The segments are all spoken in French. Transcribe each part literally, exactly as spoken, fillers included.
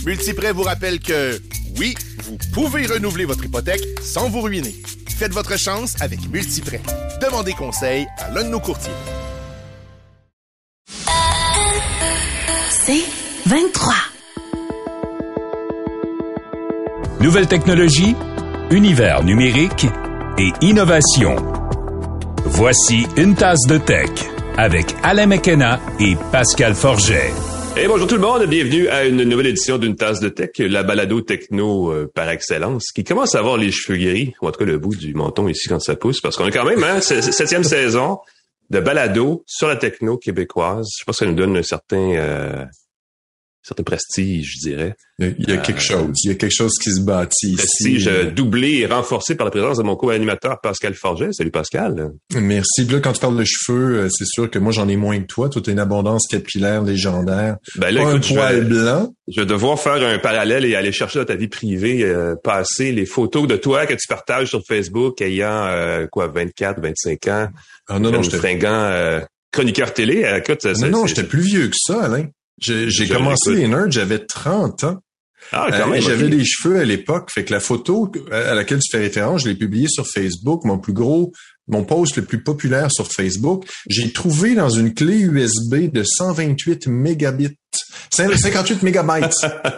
Multiprêt vous rappelle que, oui, vous pouvez renouveler votre hypothèque sans vous ruiner. Faites votre chance avec Multiprêt. Demandez conseil à l'un de nos courtiers. C'est vingt-trois. Nouvelles technologies, univers numérique et innovation. Voici une tasse de tech avec Alain McKenna et Pascal Forget. Et bonjour tout le monde, bienvenue à une nouvelle édition d'une tasse de tech, la balado techno euh, par excellence, qui commence à avoir les cheveux gris, ou en tout cas le bout du menton ici quand ça pousse, parce qu'on est quand même, hein, c'est, c'est septième saison de balado sur la techno québécoise. Je pense que ça nous donne un certain, euh, certain prestige, je dirais. Il y a quelque euh, chose, il y a quelque chose qui se bâtit prestige ici. Euh, doublé et renforcé par la présence de mon co-animateur Pascal Forget. Salut Pascal. Merci. Là, quand tu parles de cheveux, c'est sûr que moi j'en ai moins que toi. Toi, t'as une abondance capillaire légendaire. Ben là, pas écoute, un poil je vais, blanc. Je vais devoir faire un parallèle et aller chercher dans ta vie privée, euh, passer les photos de toi que tu partages sur Facebook ayant euh, quoi, vingt-quatre, vingt-cinq ans. Ah non, non, j'étais fringant euh, chroniqueur télé. Écoute, non, c'est, non, c'est, j'étais c'est... plus vieux que ça, Alain. J'ai, j'ai commencé les nerds, j'avais trente ans. Ah, quand même, euh, j'avais okay. des cheveux à l'époque, fait que la photo à laquelle tu fais référence, je l'ai publiée sur Facebook, mon plus gros, mon post le plus populaire sur Facebook. J'ai trouvé dans une clé U S B de cent vingt-huit mégabits, cinquante-huit mégabytes.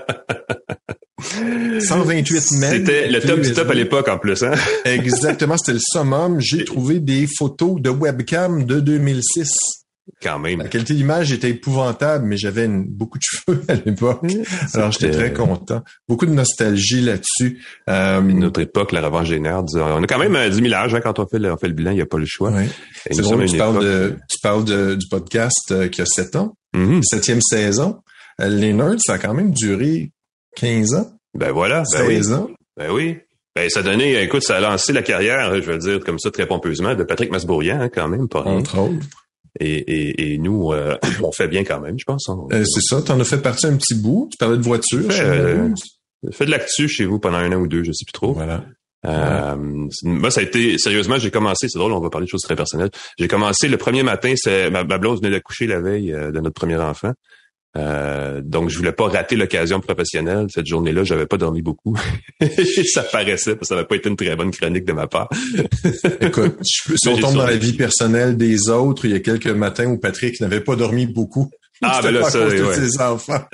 cent vingt-huit mégas. C'était le top du top à l'époque en plus, hein? Exactement, c'était le summum. J'ai trouvé des photos de webcam de deux mille six. Quand même. La qualité d'image était épouvantable, mais j'avais une, beaucoup de cheveux à l'époque. Alors, j'étais très content. Beaucoup de nostalgie là-dessus. Euh, Une autre époque, la revanche des nerds. On a quand même dix mille âges, hein, quand on fait le, on fait le bilan, il n'y a pas le choix. Ouais. C'est drôle, tu parles, de, tu parles de, du podcast euh, qui a sept ans. Mm-hmm. Septième saison. Euh, les nerds, ça a quand même duré quinze ans. Ben voilà. Ben seize oui. ans. Ben oui. Ben, ça a donné, écoute, ça a lancé la carrière, je veux dire, comme ça, très pompeusement, de Patrick Masbourian, hein, quand même, pas rien. Entre autres. Et, et, et nous, euh, on fait bien quand même, je pense. On, euh, c'est ça, t'en as fait partie un petit bout. Tu parlais de voiture. Fait, euh, fait de l'actu chez vous pendant un an ou deux, je sais plus trop. Voilà. Euh, ouais. Moi, ça a été, sérieusement, j'ai commencé, c'est drôle, on va parler de choses très personnelles. J'ai commencé le premier matin, c'est ma, ma blonde venait d'accoucher la veille euh, de notre premier enfant. Euh, donc, je voulais pas rater l'occasion professionnelle. Cette journée-là, j'avais pas dormi beaucoup. Ça paraissait, parce que ça n'avait pas été une très bonne chronique de ma part. Écoute, je, si on tombe dans la vie personnelle des autres, il y a quelques matins où Patrick n'avait pas dormi beaucoup. Ah, ben là, pas ça, à cause de ouais. ses enfants.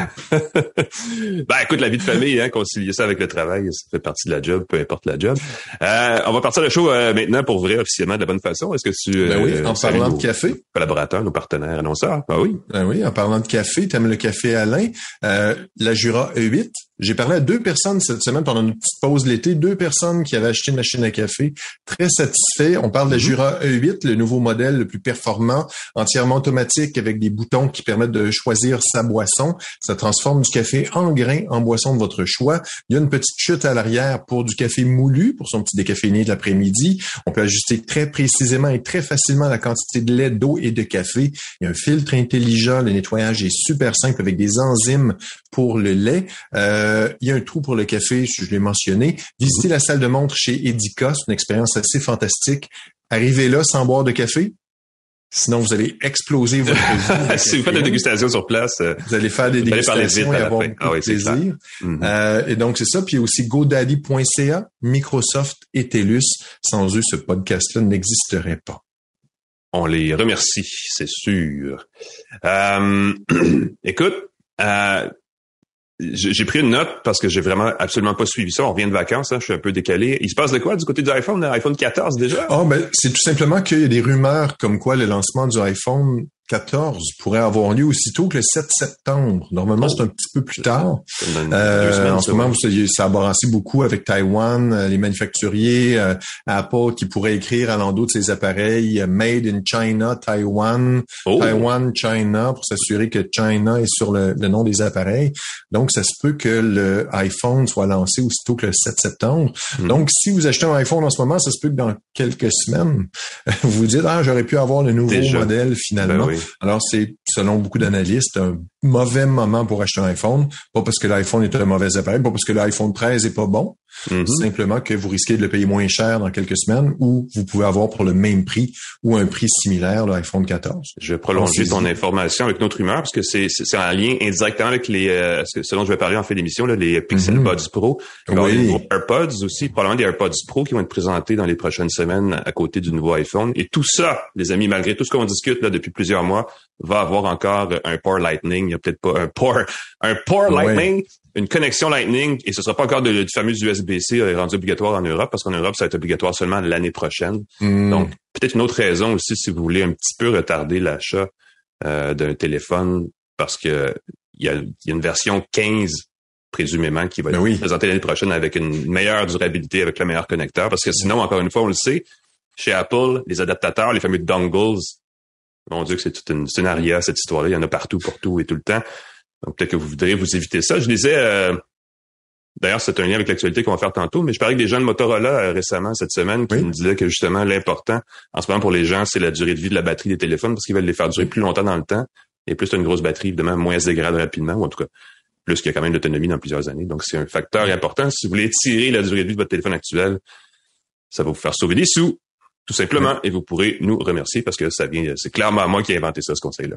Ben, écoute, la vie de famille, hein, concilier ça avec le travail, ça fait partie de la job, peu importe la job. Euh, on va partir le show euh, maintenant pour vrai, officiellement, de la bonne façon. Est-ce que tu... Ben euh, oui, en parlant de café. Collaborateurs, nos partenaires, annonceurs. Ah oui. Ben oui, en parlant de café, t'aimes le café Alain. Euh, la Jura E huit. J'ai parlé à deux personnes cette semaine pendant une petite pause l'été, deux personnes qui avaient acheté une machine à café, très satisfaits. On parle de la Jura E huit, le nouveau modèle le plus performant, entièrement automatique avec des boutons qui permettent de choisir sa boisson. Ça transforme du café en grain en boisson de votre choix. Il y a une petite chute à l'arrière pour du café moulu, pour son petit décaféiné de l'après-midi. On peut ajuster très précisément et très facilement la quantité de lait, d'eau et de café. Il y a un filtre intelligent, le nettoyage est super simple avec des enzymes pour le lait. Euh, il y a un trou pour le café, je l'ai mentionné. Visitez la salle de montre chez Edica, c'est une expérience assez fantastique. Arrivez là sans boire de café, sinon vous allez exploser votre vie. Si vous faites des dégustations sur place, euh, vous allez faire des dégustations et avoir beaucoup ah oui, de plaisir. Mm-hmm. Euh, et donc c'est ça. Puis il y a aussi GoDaddy point C A, Microsoft et TELUS. Sans eux, ce podcast-là n'existerait pas. On les remercie, c'est sûr. Euh, écoute, euh, j'ai pris une note parce que j'ai vraiment absolument pas suivi ça. On revient de vacances, hein, je suis un peu décalé. Il se passe de quoi du côté du iPhone, l'iPhone quatorze déjà? Oh, ben, c'est tout simplement qu'il y a des rumeurs comme quoi le lancement du iPhone quatorze pourrait avoir lieu aussitôt que le sept septembre. Normalement, oh. c'est un petit peu plus tard. Euh, semaines, en ce moment, ça, ça a balancé beaucoup avec Taïwan, euh, les manufacturiers, euh, Apple qui pourrait écrire à l'endos de ses appareils euh, Made in China, Taiwan, oh. Taiwan, China, pour s'assurer que China est sur le, le nom des appareils. Donc, ça se peut que le iPhone soit lancé aussitôt que le sept septembre. Mm. Donc, si vous achetez un iPhone en ce moment, ça se peut que dans quelques semaines, vous vous dites, ah, j'aurais pu avoir le nouveau Déjà. modèle finalement. Ben oui. Alors, c'est, selon beaucoup d'analystes, un mauvais moment pour acheter un iPhone, pas parce que l'iPhone est un mauvais appareil, pas parce que l'iPhone treize est pas bon, mm-hmm. simplement que vous risquez de le payer moins cher dans quelques semaines ou vous pouvez avoir pour le même prix ou un prix similaire l'iPhone quatorze. Je vais prolonger ton information avec notre rumeur parce que c'est, c'est, c'est en lien indirectement avec les, euh, ce dont je vais parler en fin d'émission, là, les Pixel mm-hmm. Buds Pro. Il va y avoir les nouveaux AirPods aussi, probablement des AirPods Pro qui vont être présentés dans les prochaines semaines à côté du nouveau iPhone. Et tout ça, les amis, malgré tout ce qu'on discute là depuis plusieurs mois, va avoir encore un port Lightning. Il n'y a peut-être pas un port, un port ouais. Lightning, une connexion Lightning, et ce sera pas encore de, du fameux U S B-C euh, rendu obligatoire en Europe, parce qu'en Europe, ça va être obligatoire seulement l'année prochaine. Mm. Donc, peut-être une autre raison aussi, si vous voulez un petit peu retarder l'achat euh, d'un téléphone, parce que il y a, y a une version quinze, présumément, qui va être oui. présentée l'année prochaine avec une meilleure durabilité, avec le meilleur connecteur, parce que sinon, encore une fois, on le sait, chez Apple, les adaptateurs, les fameux dongles, mon Dieu que c'est toute une, c'est une aria, cette histoire-là. Il y en a partout, pour tout et tout le temps. Donc, peut-être que vous voudriez vous éviter ça. Je disais, euh, d'ailleurs, c'est un lien avec l'actualité qu'on va faire tantôt, mais je parlais avec des gens de Motorola euh, récemment, cette semaine, qui oui. me disaient que justement, l'important, en ce moment, pour les gens, c'est la durée de vie de la batterie des téléphones, parce qu'ils veulent les faire durer plus longtemps dans le temps. Et plus tu as une grosse batterie, évidemment, moins elle se dégrade rapidement, ou en tout cas, plus qu'il y a quand même l'autonomie dans plusieurs années. Donc, c'est un facteur important. Si vous voulez étirer la durée de vie de votre téléphone actuel, ça va vous faire sauver des sous. Tout simplement, et vous pourrez nous remercier parce que ça vient, c'est clairement moi qui ai inventé ça, ce conseil-là.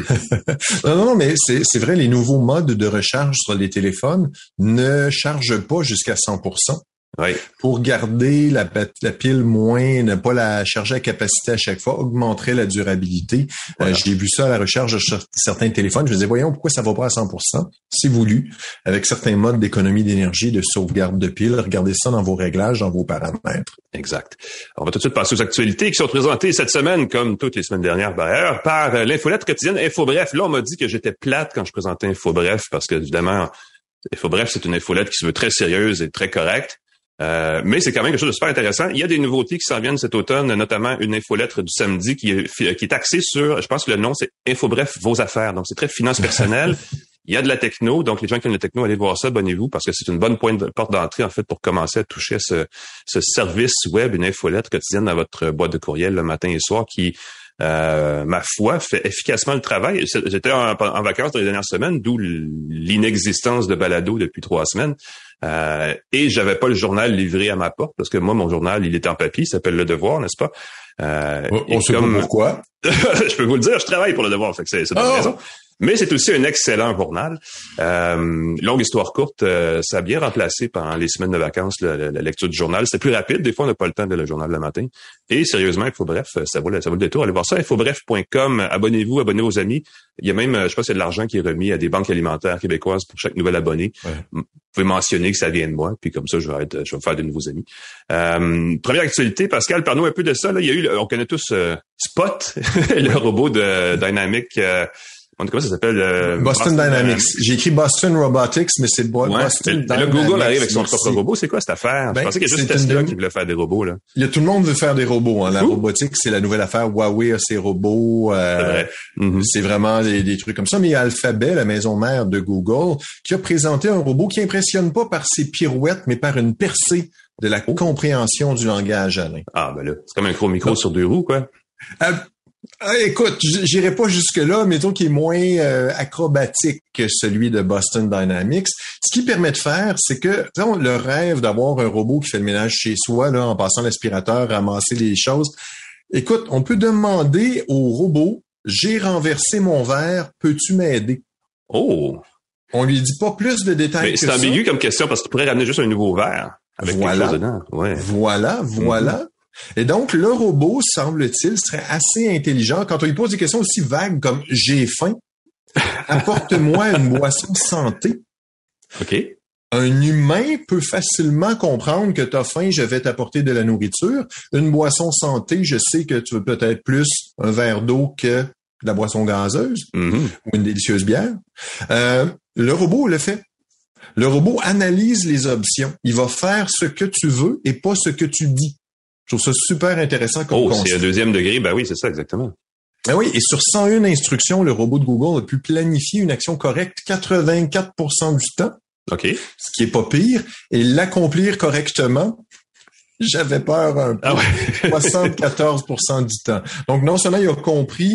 non, non, non, mais c'est, c'est vrai, les nouveaux modes de recharge sur les téléphones ne chargent pas jusqu'à cent pour cent. Oui. Pour garder la, la pile moins, ne pas la charger à capacité à chaque fois, augmenterait la durabilité. Voilà. Euh, j'ai vu ça à la recharge de certains téléphones. Je me disais, voyons, pourquoi ça va pas à cent pour cent? C'est voulu. Avec certains modes d'économie d'énergie, de sauvegarde de piles, regardez ça dans vos réglages, dans vos paramètres. Exact. On va tout de suite passer aux actualités qui sont présentées cette semaine, comme toutes les semaines dernières d'ailleurs, par euh, l'infolette quotidienne InfoBref. Là, on m'a dit que j'étais plate quand je présentais InfoBref parce que, évidemment, InfoBref, c'est une infolette qui se veut très sérieuse et très correcte. Euh, mais c'est quand même quelque chose de super intéressant. Il y a des nouveautés qui s'en viennent cet automne, notamment une infolettre du samedi qui est, qui est axée sur, je pense que le nom, c'est InfoBref, vos affaires. Donc, c'est très finance personnelle. Il y a de la techno. Donc, les gens qui aiment la techno, allez voir ça, abonnez-vous, parce que c'est une bonne pointe de, porte d'entrée, en fait, pour commencer à toucher à ce, ce service web, une infolettre quotidienne dans votre boîte de courriel le matin et soir qui, Euh, ma foi, fait efficacement le travail. J'étais en, en vacances dans les dernières semaines, d'où l'inexistence de balado depuis trois semaines. Euh, et j'avais pas le journal livré à ma porte, parce que moi, mon journal, il est en papier, il s'appelle Le Devoir, n'est-ce pas? Euh, on on sait comme... pas pourquoi. Je peux vous le dire, je travaille pour Le Devoir, fait que c'est, c'est dans oh! raison. Mais c'est aussi un excellent journal. Euh, longue histoire courte, euh, ça a bien remplacé pendant les semaines de vacances la, la, la lecture du journal. C'était plus rapide. Des fois, on n'a pas le temps de lire le journal le matin. Et sérieusement, InfoBref, ça vaut, ça vaut le détour. Allez voir ça, infobref point com. Abonnez-vous, abonnez vos amis. Il y a même, je pense, il y a de l'argent qui est remis à des banques alimentaires québécoises pour chaque nouvel abonné. Ouais. Vous pouvez mentionner que ça vient de moi, puis comme ça, je vais être, je vais me faire de nouveaux amis. Euh, première actualité, Pascal, parle-nous un peu de ça. Là, il y a eu, on connaît tous euh, Spot, le robot de Dynamic. Euh, Comment ça s'appelle? Euh, Boston, Boston Dynamics. Dynamics. J'ai écrit Boston Robotics, mais c'est Bo- ouais, Boston Dynamics. Là, Google arrive avec son propre robot. C'est quoi cette affaire? Ben, je pensais qu'il y a juste Tesla une... qui voulait faire des robots, là. Il y a tout le monde veut faire des robots, hein. La Ouh. robotique, c'est la nouvelle affaire. Huawei a ses robots. Euh, c'est vrai. Mm-hmm. C'est vraiment des, des trucs comme ça. Mais il y a Alphabet, la maison mère de Google, qui a présenté un robot qui impressionne pas par ses pirouettes, mais par une percée de la oh. compréhension du langage, Alain. Ah, ben là, c'est comme un gros micro sur deux roues, quoi. Euh, Ah, écoute, j'irai pas jusque-là, mais mettons qu'il est moins euh, acrobatique que celui de Boston Dynamics. Ce qui permet de faire, c'est que disons, le rêve d'avoir un robot qui fait le ménage chez soi, là, en passant l'aspirateur, ramasser les choses. Écoute, on peut demander au robot, j'ai renversé mon verre, peux-tu m'aider? Oh! On lui dit pas plus de détails mais que c'est ça. C'est ambigu comme question parce qu'il pourrait ramener juste un nouveau verre avec voilà. quelque chose dedans. Ouais. Voilà, voilà. Mm-hmm. Et donc, le robot, semble-t-il, serait assez intelligent quand on lui pose des questions aussi vagues comme « j'ai faim, apporte-moi une boisson santé ». OK. Un humain peut facilement comprendre que tu as faim, je vais t'apporter de la nourriture. Une boisson santé, je sais que tu veux peut-être plus un verre d'eau que de la boisson gazeuse mm-hmm. ou une délicieuse bière. Euh, le robot le fait. Le robot analyse les options. Il va faire ce que tu veux et pas ce que tu dis. Je trouve ça super intéressant comme Oh, concept. C'est un deuxième degré. Ben oui, c'est ça, exactement. Ah oui, et sur cent un instructions, le robot de Google a pu planifier une action correcte quatre-vingt-quatre pour cent du temps. OK. Ce qui est pas pire. Et l'accomplir correctement, j'avais peur un peu. Ah ouais. soixante-quatorze pour cent du temps. Donc, non seulement il a compris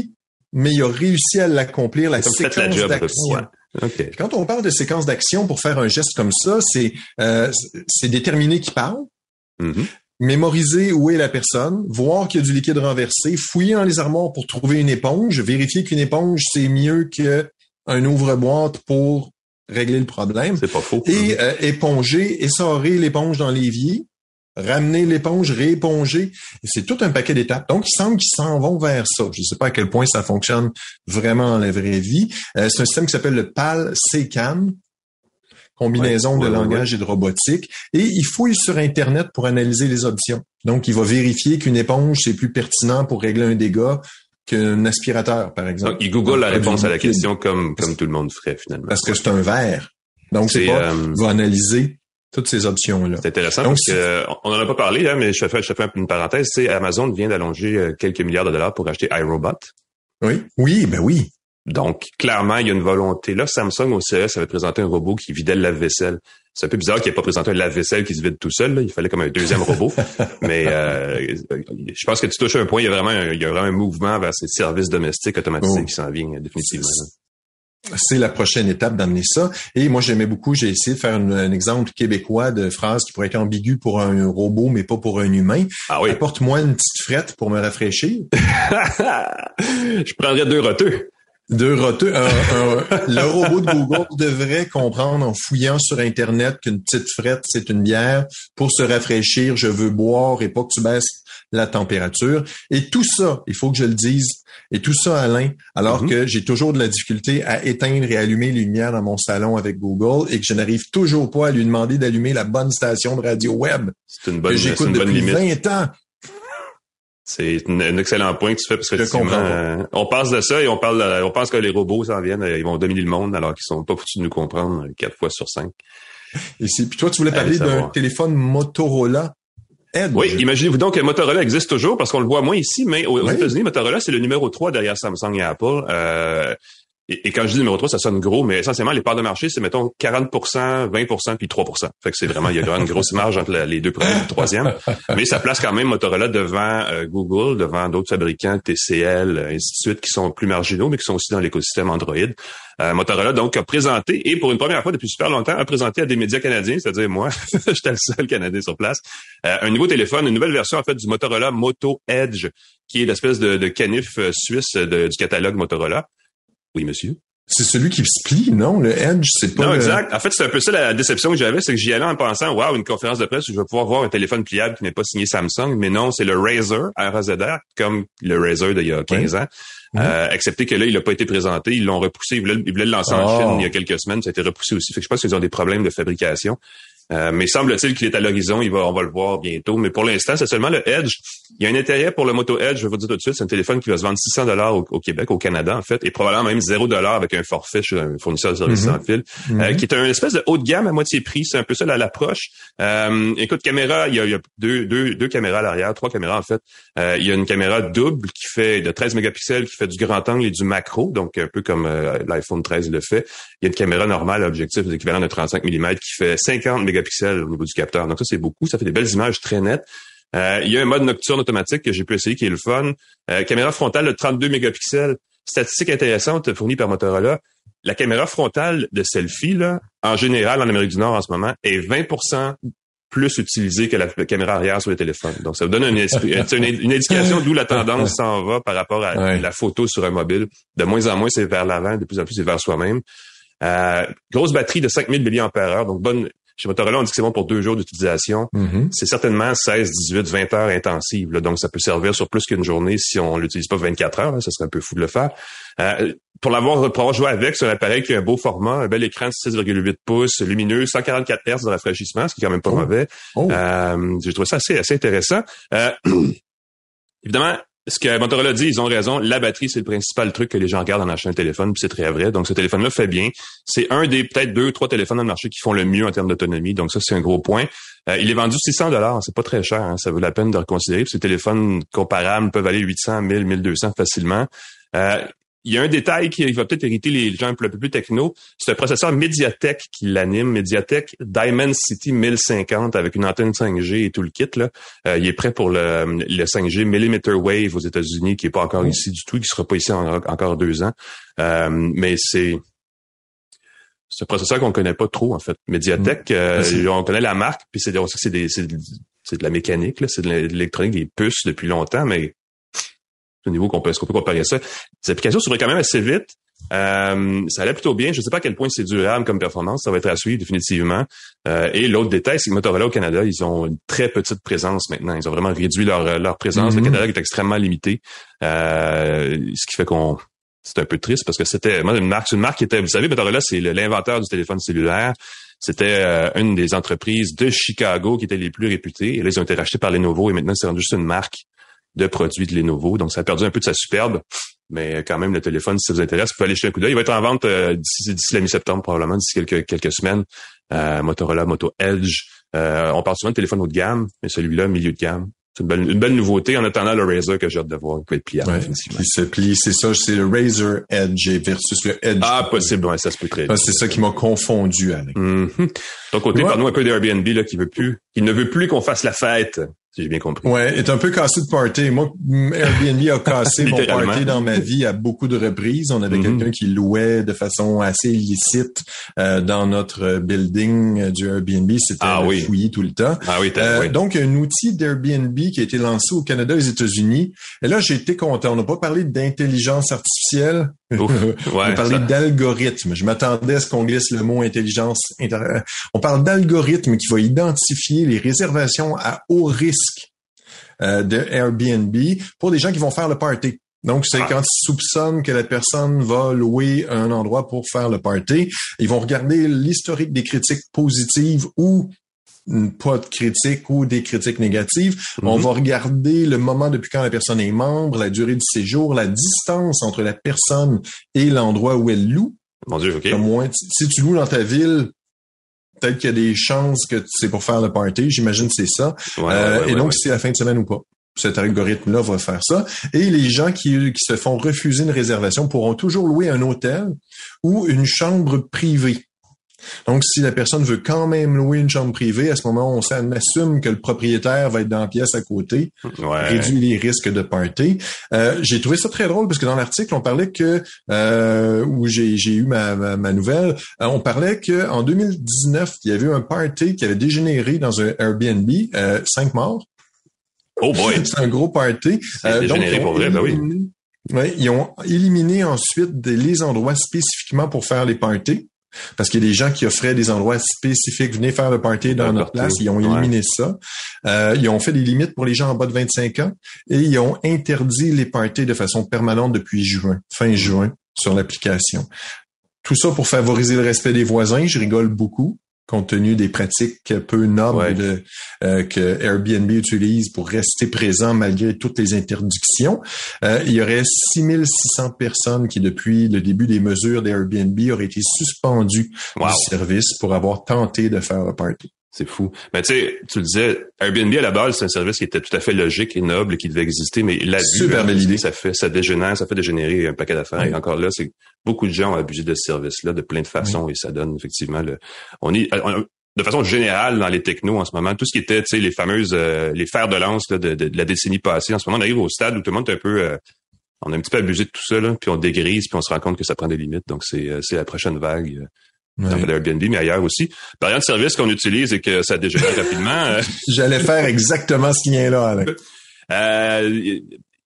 mais il a réussi à l'accomplir, la Comme séquence la job, d'action. ouais. Okay. Quand on parle de séquence d'action pour faire un geste comme ça, c'est euh, c'est déterminer qui parle, Mm-hmm. mémoriser où est la personne, voir qu'il y a du liquide renversé, fouiller dans les armoires pour trouver une éponge, vérifier qu'une éponge, c'est mieux qu'un ouvre-boîte pour régler le problème. C'est pas faux. Et euh, éponger, essorer l'éponge dans l'évier, ramener l'éponge, rééponger. C'est tout un paquet d'étapes. Donc, il semble qu'ils s'en vont vers ça. Je ne sais pas à quel point ça fonctionne vraiment dans la vraie vie. Euh, c'est un système qui s'appelle le P A L C C A M, combinaison ouais, de ouais, langage ouais. et de robotique. Et il fouille sur Internet pour analyser les options. Donc, il va vérifier qu'une éponge, c'est plus pertinent pour régler un dégât qu'un aspirateur, par exemple. Donc, il Google la Donc, réponse à la liquide. question comme comme tout le monde ferait, finalement. Parce que c'est un verre. Donc, c'est, C'est, pas, euh, il va analyser toutes ces options-là. C'est intéressant Donc, parce que euh, on en a pas parlé, hein, mais je fais, je fais une parenthèse. C'est Amazon vient d'allonger euh, quelques milliards de dollars pour acheter iRobot. Oui, oui, ben oui. Donc, clairement, il y a une volonté. Là, Samsung au C E S avait présenté un robot qui vidait le lave-vaisselle. C'est un peu bizarre qu'il n'ait pas présenté un lave-vaisselle qui se vide tout seul. Là. Il fallait comme un deuxième robot. Mais euh, je pense que tu touches un point. Il y a vraiment un, il y a vraiment un mouvement vers ces services domestiques automatisés Oh. qui s'en vient définitivement. Là. C'est la prochaine étape d'amener ça. Et moi, j'aimais beaucoup, j'ai essayé de faire un, un exemple québécois de phrase qui pourrait être ambiguë pour un robot, mais pas pour un humain. Ah oui. Apporte-moi une petite frette pour me rafraîchir. Je prendrais deux roteux. Deux roteux. Un, un, le robot de Google devrait comprendre en fouillant sur Internet qu'une petite frette, c'est une bière. Pour se rafraîchir, je veux boire et pas que tu baisses la température. Et tout ça, il faut que je le dise, et tout ça, Alain, alors mm-hmm. que j'ai toujours de la difficulté à éteindre et allumer les lumières dans mon salon avec Google et que je n'arrive toujours pas à lui demander d'allumer la bonne station de radio web c'est une bonne, que j'écoute c'est une bonne depuis limite. vingt ans. C'est un excellent point que tu fais parce que Je comprends euh, on passe de ça et on parle, de, on pense que les robots s'en viennent, ils vont dominer le monde alors qu'ils sont pas foutus de nous comprendre quatre fois sur cinq. Et c'est, puis toi, tu voulais parler d'un savoir. téléphone Motorola Edge. Oui, imaginez-vous donc que Motorola existe toujours parce qu'on le voit moins ici, mais aux, aux oui. États-Unis, Motorola c'est le numéro trois derrière Samsung et Apple. Euh, Et, et quand je dis numéro trois, ça sonne gros, mais essentiellement, les parts de marché, c'est, mettons, quarante pour cent, vingt pour cent, puis trois pour cent. Fait que c'est vraiment, il y a vraiment une grosse marge entre la, les deux premiers et le troisième. Mais ça place quand même Motorola devant euh, Google, devant d'autres fabricants, T C L, ainsi de suite, qui sont plus marginaux, mais qui sont aussi dans l'écosystème Android. Euh, Motorola, donc, a présenté, et pour une première fois depuis super longtemps, a présenté à des médias canadiens, c'est-à-dire moi, j'étais le seul Canadien sur place, euh, un nouveau téléphone, une nouvelle version, en fait, du Motorola Moto Edge, qui est l'espèce de, de canif suisse de, du catalogue Motorola. Oui, monsieur? C'est celui qui se plie, non? Le Edge, c'est pas... Non, le... exact. En fait, c'est un peu ça la déception que j'avais, c'est que j'y allais en pensant, waouh, une conférence de presse où je vais pouvoir voir un téléphone pliable qui n'est pas signé Samsung, mais non, c'est le Razer, R A Z R, comme le Razer d'il y a quinze oui. ans. Mmh. Euh, excepté que là, il n'a pas été présenté, ils l'ont repoussé, ils voulaient, ils voulaient le lancer oh. en Chine il y a quelques semaines, ça a été repoussé aussi. Fait que je pense qu'ils ont des problèmes de fabrication. Euh, mais semble-t-il qu'il est à l'horizon, il va, on va le voir bientôt. Mais pour l'instant, c'est seulement le Edge. Il y a un intérêt pour le Moto Edge, je vais vous dire tout de suite, c'est un téléphone qui va se vendre six cents dollars au, au Québec, au Canada en fait, et probablement même zéro dollar avec un forfait chez un fournisseur de services mm-hmm. sans fil, mm-hmm. euh, qui est un espèce de haut de gamme à moitié prix. C'est un peu ça là, l'approche. Euh, écoute, caméra, il y a, il y a deux, deux, deux caméras à l'arrière, trois caméras en fait. Euh, il y a une caméra double qui fait de treize mégapixels, qui fait du grand angle et du macro, donc un peu comme euh, l'iPhone treize le fait. Il y a une caméra normale, objectif l'équivalent de trente-cinq millimètres, qui fait cinquante mégapixels au niveau du capteur. Donc ça, c'est beaucoup. Ça fait des belles images très nettes. Euh, il y a un mode nocturne automatique que j'ai pu essayer qui est le fun. Euh, caméra frontale de trente-deux mégapixels. Statistique intéressante fournie par Motorola. La caméra frontale de selfie, là, en général, en Amérique du Nord en ce moment, est vingt pour cent plus utilisée que la, la caméra arrière sur les téléphones. Donc, ça vous donne une, une, une indication d'où la tendance s'en va par rapport à ouais. la photo sur un mobile. De moins en moins, c'est vers l'avant. De plus en plus, c'est vers soi-même. Euh, grosse batterie de cinq mille milliampères heure. Donc, bonne... Chez Motorola, on dit que c'est bon pour deux jours d'utilisation. Mm-hmm. C'est certainement seize, dix-huit, vingt heures intensives. Là. Donc, ça peut servir sur plus qu'une journée si on l'utilise pas vingt-quatre heures. Là. Ça serait un peu fou de le faire. Euh, pour l'avoir, pour avoir joué avec, c'est un appareil qui a un beau format, un bel écran de six virgule huit pouces, lumineux, cent quarante-quatre hertz de rafraîchissement, ce qui est quand même pas oh. mauvais. Oh. Euh, j'ai trouvé ça assez, assez intéressant. Euh, évidemment, ce que Motorola dit, ils ont raison. La batterie, c'est le principal truc que les gens regardent en achetant un téléphone, puis c'est très vrai. Donc, ce téléphone-là fait bien. C'est un des peut-être deux, trois téléphones dans le marché qui font le mieux en termes d'autonomie. Donc, ça, c'est un gros point. Euh, il est vendu six cents dollars. C'est pas très cher. Hein. Ça vaut la peine de reconsidérer. Puis ces téléphones comparables peuvent aller huit cents, mille, mille deux cents facilement. Euh, il y a un détail qui va peut-être irriter les gens un peu plus techno. C'est un processeur MediaTek qui l'anime. MediaTek Dimensity mille cinquante avec une antenne cinq G et tout le kit, là. Euh, il est prêt pour le, le cinq G Millimeter Wave aux États-Unis, qui est pas encore mmh. ici du tout, qui sera pas ici en, encore deux ans. Euh, mais c'est, c'est un processeur qu'on connaît pas trop, en fait. MediaTek, mmh. euh, on connaît la marque, puis c'est, on sait que c'est des, c'est, c'est de la mécanique, là. C'est de l'électronique, des puces depuis longtemps, mais au niveau qu'on peut, est-ce qu'on peut comparer ça? Les applications s'ouvraient quand même assez vite. Euh, ça allait plutôt bien. Je ne sais pas à quel point c'est durable comme performance. Ça va être à suivre définitivement. Euh, et l'autre détail, c'est que Motorola au Canada, ils ont une très petite présence maintenant. Ils ont vraiment réduit leur, leur présence. Mm-hmm. Le catalogue est extrêmement limité. Euh, ce qui fait qu'on... C'est un peu triste parce que c'était moi, une marque, une marque qui était... Vous savez, Motorola, c'est le, l'inventeur du téléphone cellulaire. C'était euh, une des entreprises de Chicago qui étaient les plus réputées. Et là, ils ont été rachetés par Lenovo et maintenant, c'est rendu juste une marque de produits de Lenovo. Donc, ça a perdu un peu de sa superbe. Mais quand même, le téléphone, si ça vous intéresse, vous pouvez aller jeter un coup d'œil. Il va être en vente euh, d'ici, d'ici la mi-septembre, probablement, d'ici quelques, quelques semaines. Euh, Motorola Moto Edge. Euh, on parle souvent de téléphone haut de gamme, mais celui-là, milieu de gamme. C'est une belle, une belle nouveauté en attendant le Razer que j'ai hâte de voir. Il peut être pliable. Ouais, il se plie, c'est ça. C'est le Razer Edge versus le Edge. Ah, possible, ouais, ça se peut très bien. C'est ça qui m'a confondu avec. Mm-hmm. Ton côté, ouais. Parle-nous un peu d'Airbnb, là, qui veut plus, qui ne veut plus qu'on fasse la fête. Si j'ai bien compris. Ouais, est un peu cassé de party. Moi, Airbnb a cassé mon party dans ma vie à beaucoup de reprises. On avait mm-hmm. quelqu'un qui louait de façon assez illicite euh, dans notre building du Airbnb. C'était ah, oui. fouillé tout le temps. Ah oui, euh, oui. Donc, un outil d'Airbnb qui a été lancé au Canada et aux États-Unis. Et là, j'ai été content. On n'a pas parlé d'intelligence artificielle. Ouf, ouais, on a parlé d'algorithme. Je m'attendais à ce qu'on glisse le mot intelligence. Inter... On parle d'algorithme qui va identifier les réservations à haut risque euh, de Airbnb pour des gens qui vont faire le party. Donc, c'est ah. quand ils soupçonnent que la personne va louer un endroit pour faire le party. Ils vont regarder l'historique des critiques positives ou pas de critiques ou des critiques négatives. Mm-hmm. On va regarder le moment depuis quand la personne est membre, la durée du séjour, la distance entre la personne et l'endroit où elle loue. Mon Dieu, OK. Au moins, si tu loues dans ta ville, peut-être qu'il y a des chances que c'est pour faire le party. J'imagine que c'est ça. Ouais, euh, ouais, et ouais, donc, ouais. c'est la fin de semaine ou pas. Cet algorithme-là va faire ça. Et les gens qui, qui se font refuser une réservation pourront toujours louer un hôtel ou une chambre privée. Donc, si la personne veut quand même louer une chambre privée, à ce moment, on assume que le propriétaire va être dans la pièce à côté, ouais. réduit les risques de party. Euh, j'ai trouvé ça très drôle parce que dans l'article, on parlait que, euh, où j'ai, j'ai eu ma, ma, ma nouvelle, euh, on parlait que en deux mille dix-neuf, il y avait eu un party qui avait dégénéré dans un Airbnb, euh, cinq morts. Oh boy! C'est un gros party. C'est euh, dégénéré pour vrai, ben oui. Ouais, ils ont éliminé ensuite des, les endroits spécifiquement pour faire les parties. Parce qu'il y a des gens qui offraient des endroits spécifiques. Venez faire le party dans notre place. Ils ont éliminé ouais. ça. Euh, ils ont fait des limites pour les gens en bas de vingt-cinq ans et ils ont interdit les parties de façon permanente depuis juin, fin juin, sur l'application. Tout ça pour favoriser le respect des voisins. Je rigole beaucoup, compte tenu des pratiques peu nobles ouais. de, euh, que Airbnb utilise pour rester présent malgré toutes les interdictions. Euh, il y aurait six mille six cents personnes qui, depuis le début des mesures d'Airbnb, auraient été suspendues wow. du service pour avoir tenté de faire le party. C'est fou. Mais tu sais, tu le disais, Airbnb à la base, c'est un service qui était tout à fait logique et noble et qui devait exister, mais l'abus, super belle idée. Ça fait, ça dégénère, ça fait dégénérer un paquet d'affaires. Oui. Et encore là, c'est beaucoup de gens ont abusé de ce service-là de plein de façons oui. et ça donne effectivement le. On est on, de façon générale dans les technos en ce moment, tout ce qui était, tu sais, les fameuses, euh, les fers de lance là, de, de, de la décennie passée. En ce moment, on arrive au stade où tout le monde est un peu, euh, on a un petit peu abusé de tout ça là, puis on dégrise, puis on se rend compte que ça prend des limites. Donc c'est, euh, c'est la prochaine vague. Euh, Ouais. Dans l'Airbnb, mais ailleurs aussi. Par exemple, le service qu'on utilise et que ça dégénère rapidement. Euh... J'allais faire exactement ce lien-là, Alain. Euh,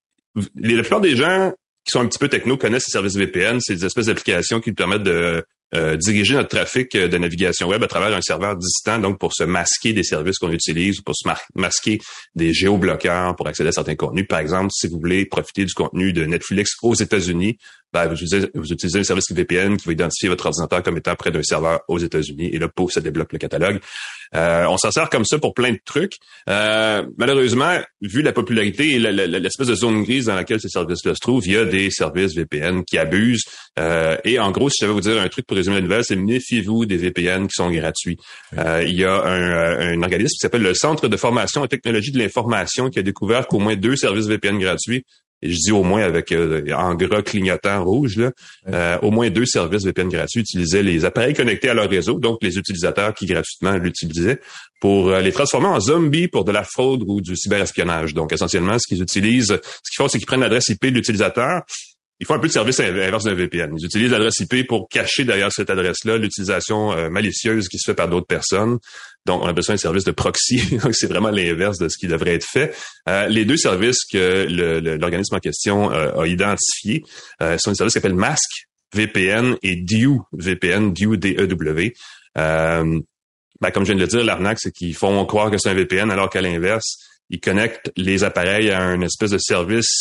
la plupart des gens qui sont un petit peu techno connaissent ces services V P N. C'est des espèces d'applications qui nous permettent de euh, diriger notre trafic de navigation web à travers un serveur distant, donc pour se masquer des services qu'on utilise ou pour se mar- masquer des géobloqueurs pour accéder à certains contenus. Par exemple, si vous voulez profiter du contenu de Netflix aux États-Unis, ben, vous utilisez, vous utilisez un service V P N qui va identifier votre ordinateur comme étant près d'un serveur aux États-Unis et là, pouf, ça débloque le catalogue. Euh, on s'en sert comme ça pour plein de trucs. Euh, malheureusement, vu la popularité et la, la, l'espèce de zone grise dans laquelle ces services-là se trouvent, il y a des services V P N qui abusent. Euh, et en gros, si je vais vous dire un truc pour résumer la nouvelle, c'est méfiez-vous des V P N qui sont gratuits. Euh, il y a un, un organisme qui s'appelle le Centre de formation et technologie de l'information qui a découvert qu'au moins deux services V P N gratuits et je dis au moins avec euh, en gras clignotant rouge, là, ouais. euh, au moins deux services V P N gratuits utilisaient les appareils connectés à leur réseau, donc les utilisateurs qui gratuitement l'utilisaient, pour euh, les transformer en zombies pour de la fraude ou du cyberespionnage. Donc essentiellement, ce qu'ils utilisent, ce qu'ils font, c'est qu'ils prennent l'adresse I P de l'utilisateur. Ils font un peu de service inverse d'un V P N. Ils utilisent l'adresse I P pour cacher derrière cette adresse-là l'utilisation euh, malicieuse qui se fait par d'autres personnes. Donc, on appelle ça un service de proxy. Donc, c'est vraiment l'inverse de ce qui devrait être fait. Euh, les deux services que le, le, l'organisme en question euh, a identifiés euh, sont des services qui s'appellent Mask V P N et Dew V P N, Dew D E W. Euh, ben, comme je viens de le dire, l'arnaque, c'est qu'ils font croire que c'est un V P N alors qu'à l'inverse, ils connectent les appareils à un espèce de service.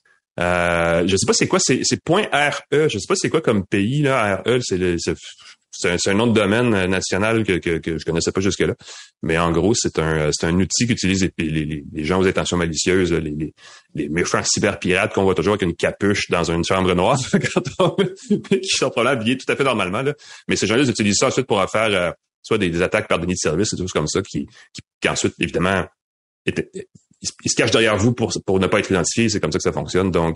Euh, je sais pas c'est quoi, c'est, c'est .re. Je sais pas c'est quoi comme pays, là. R E, c'est le, c'est, c'est un, c'est un nom de domaine national que, que, que je connaissais pas jusque-là. Mais en gros, c'est un, c'est un outil qu'utilisent les, les, les gens aux intentions malicieuses, les, les, les méchants cyberpirates qu'on voit toujours avec une capuche dans une chambre noire, quand on, qui sont probablement habillés tout à fait normalement, là. Mais ces gens-là, ils utilisent ça ensuite pour en faire, euh, soit des, des attaques par déni de service et tout comme ça, qui, qui, qui ensuite, évidemment, étaient, il se cache derrière vous pour pour ne pas être identifié, c'est comme ça que ça fonctionne. Donc,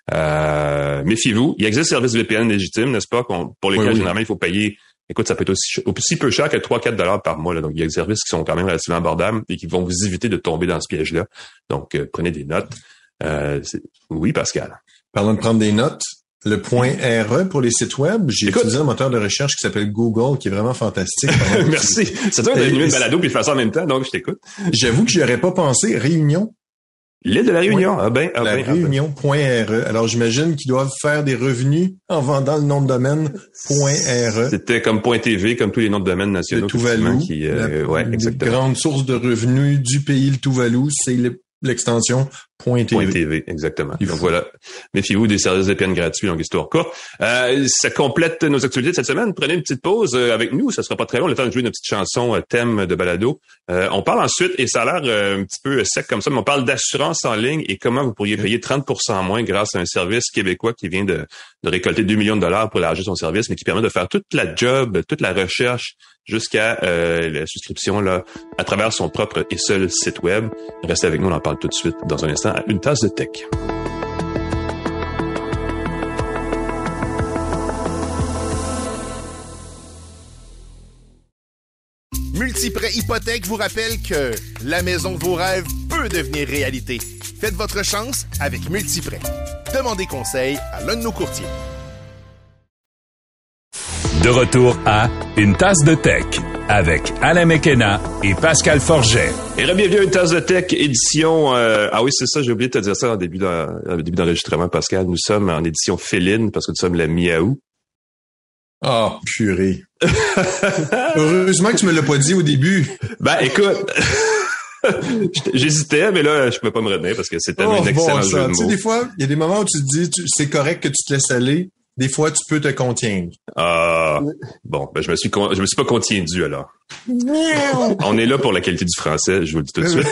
euh, méfiez-vous. Il existe des services V P N légitimes, n'est-ce pas, qu'on, pour lesquels oui, oui. généralement il faut payer. Écoute, ça peut être aussi, aussi peu cher que trois à quatre dollars par mois. Là. Donc, il y a des services qui sont quand même relativement abordables et qui vont vous éviter de tomber dans ce piège-là. Donc, euh, prenez des notes. Euh, c'est... Oui, Pascal. Parlons de prendre des notes. Le point R E pour les sites web, j'ai Écoute, utilisé un moteur de recherche qui s'appelle Google, qui est vraiment fantastique. Merci. C'est toi d'animer une balado puis de faire ça en même temps, donc je t'écoute. J'avoue que j'y aurais pas pensé. Réunion. L'île de la Réunion. Oui. Ah ben, ah la ben, Réunion.re. Ah ben. Alors, j'imagine qu'ils doivent faire des revenus en vendant le nom de domaine .re. C'était comme .tv, comme tous les noms de domaine nationaux. Le Tuvalu. Qui, euh, la, ouais, exactement. grande source de revenus du pays, le Tuvalu, c'est le l'extension .tv. .tv, exactement. Donc voilà, méfiez-vous des services V P N gratuits, longue histoire courte. Euh, ça complète nos actualités de cette semaine. Prenez une petite pause euh, avec nous, ça sera pas très long, le temps de jouer une petite chanson euh, thème de balado. Euh, on parle ensuite, et ça a l'air euh, un petit peu sec comme ça, mais on parle d'assurance en ligne et comment vous pourriez payer trente pour cent moins grâce à un service québécois qui vient de, de récolter deux millions de dollars pour élargir son service, mais qui permet de faire toute la job, toute la recherche jusqu'à euh, la souscription là à travers son propre et seul site web. Restez avec nous, on en parle tout de suite dans un instant à Une Tasse de Tech. Multiprêt Hypothèque vous rappelle que la maison de vos rêves peut devenir réalité. Faites votre chance avec Multiprêt. Demandez conseil à l'un de nos courtiers. De retour à Une Tasse de Tech avec Alain McKenna et Pascal Forget. Et bienvenue à Une Tasse de Tech, édition... Euh, ah oui, c'est ça, j'ai oublié de te dire ça en début, en début d'enregistrement, Pascal. Nous sommes en édition féline parce que nous sommes la mi-août. Ah, oh, purée. Heureusement que tu me l'as pas dit au début. Ben, écoute... J'hésitais, mais là, je pouvais pas me retenir parce que c'est tellement oh, un excellent bon, jeu de mots. Tu sais, des fois, il y a des moments où tu te dis, tu, c'est correct que tu te laisses aller. Des fois, tu peux te contenir. Ah, bon, ben je me suis con... je me suis pas contenu alors. On est là pour la qualité du français, je vous le dis tout de suite.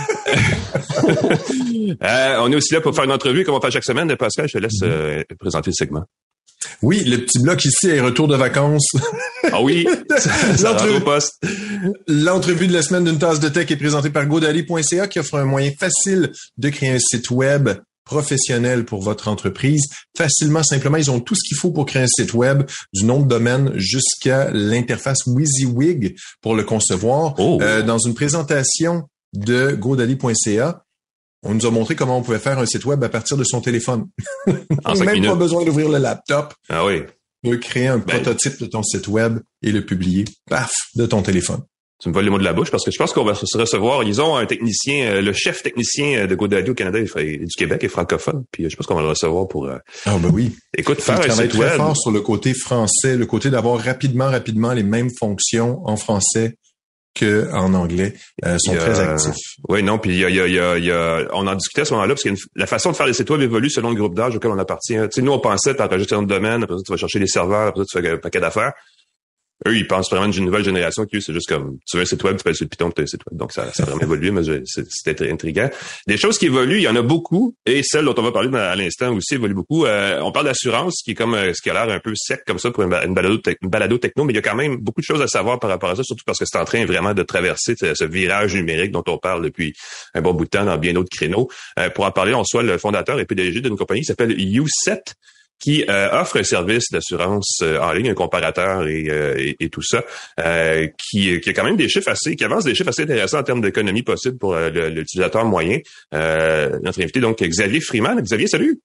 euh, on est aussi là pour faire une entrevue comme on fait chaque semaine. Pascal, je te laisse euh, présenter le segment. Oui, le petit bloc ici est retour de vacances. Ah oui, ça, ça rentre au poste. L'entrevue de la semaine d'Une Tasse de Tech est présentée par godaddy point c a qui offre un moyen facile de créer un site web professionnel pour votre entreprise. Facilement, simplement, ils ont tout ce qu'il faut pour créer un site web, du nom de domaine jusqu'à l'interface WYSIWYG pour le concevoir. Oh. Euh, dans une présentation de godaddy point c a, on nous a montré comment on pouvait faire un site web à partir de son téléphone. En Même minutes. Pas besoin d'ouvrir le laptop. Ah oui. Tu peux créer un ben, prototype de ton site web et le publier, paf, de ton téléphone. Tu me voles les mots de la bouche parce que je pense qu'on va se recevoir. Ils ont un technicien, le chef technicien de GoDaddy au Canada et du Québec est francophone. Puis je pense qu'on va le recevoir pour. Ah ben oui. Écoute, faire un site web. très fort sur le côté français, le côté d'avoir rapidement, rapidement les mêmes fonctions en français que en anglais. Euh, sont a, très actifs. Oui, non. Puis il y a, il y a, il y a, il y a, on en discutait à ce moment-là parce que la façon de faire les sites web évolue selon le groupe d'âge auquel on appartient. Tu sais, nous on pensait, t'enregistres un nom de domaine, après ça tu vas chercher les serveurs, après ça tu fais un paquet d'affaires. eux, ils pensent vraiment d'une nouvelle génération qui, c'est juste comme, tu veux un site web, tu fais sur le Python, tu as un site web. Donc, ça, ça a vraiment évolué, mais c'était intriguant. Des choses qui évoluent, il y en a beaucoup, et celle dont on va parler à l'instant aussi évolue beaucoup. Euh, on parle d'assurance, qui est comme, euh, ce qui a l'air un peu sec comme ça pour une, une, balado, une balado techno, mais il y a quand même beaucoup de choses à savoir par rapport à ça, surtout parce que c'est en train vraiment de traverser ce, ce virage numérique dont on parle depuis un bon bout de temps dans bien d'autres créneaux. Euh, pour en parler, on soit le fondateur et P D G d'une compagnie qui s'appelle U sept, qui euh, offre un service d'assurance euh, en ligne, un comparateur et, euh, et, et tout ça, euh, qui, qui a quand même des chiffres assez, qui avance des chiffres assez intéressants en termes d'économie possible pour euh, l'utilisateur moyen. Euh, notre invité, donc, Xavier Freeman. Xavier, salut!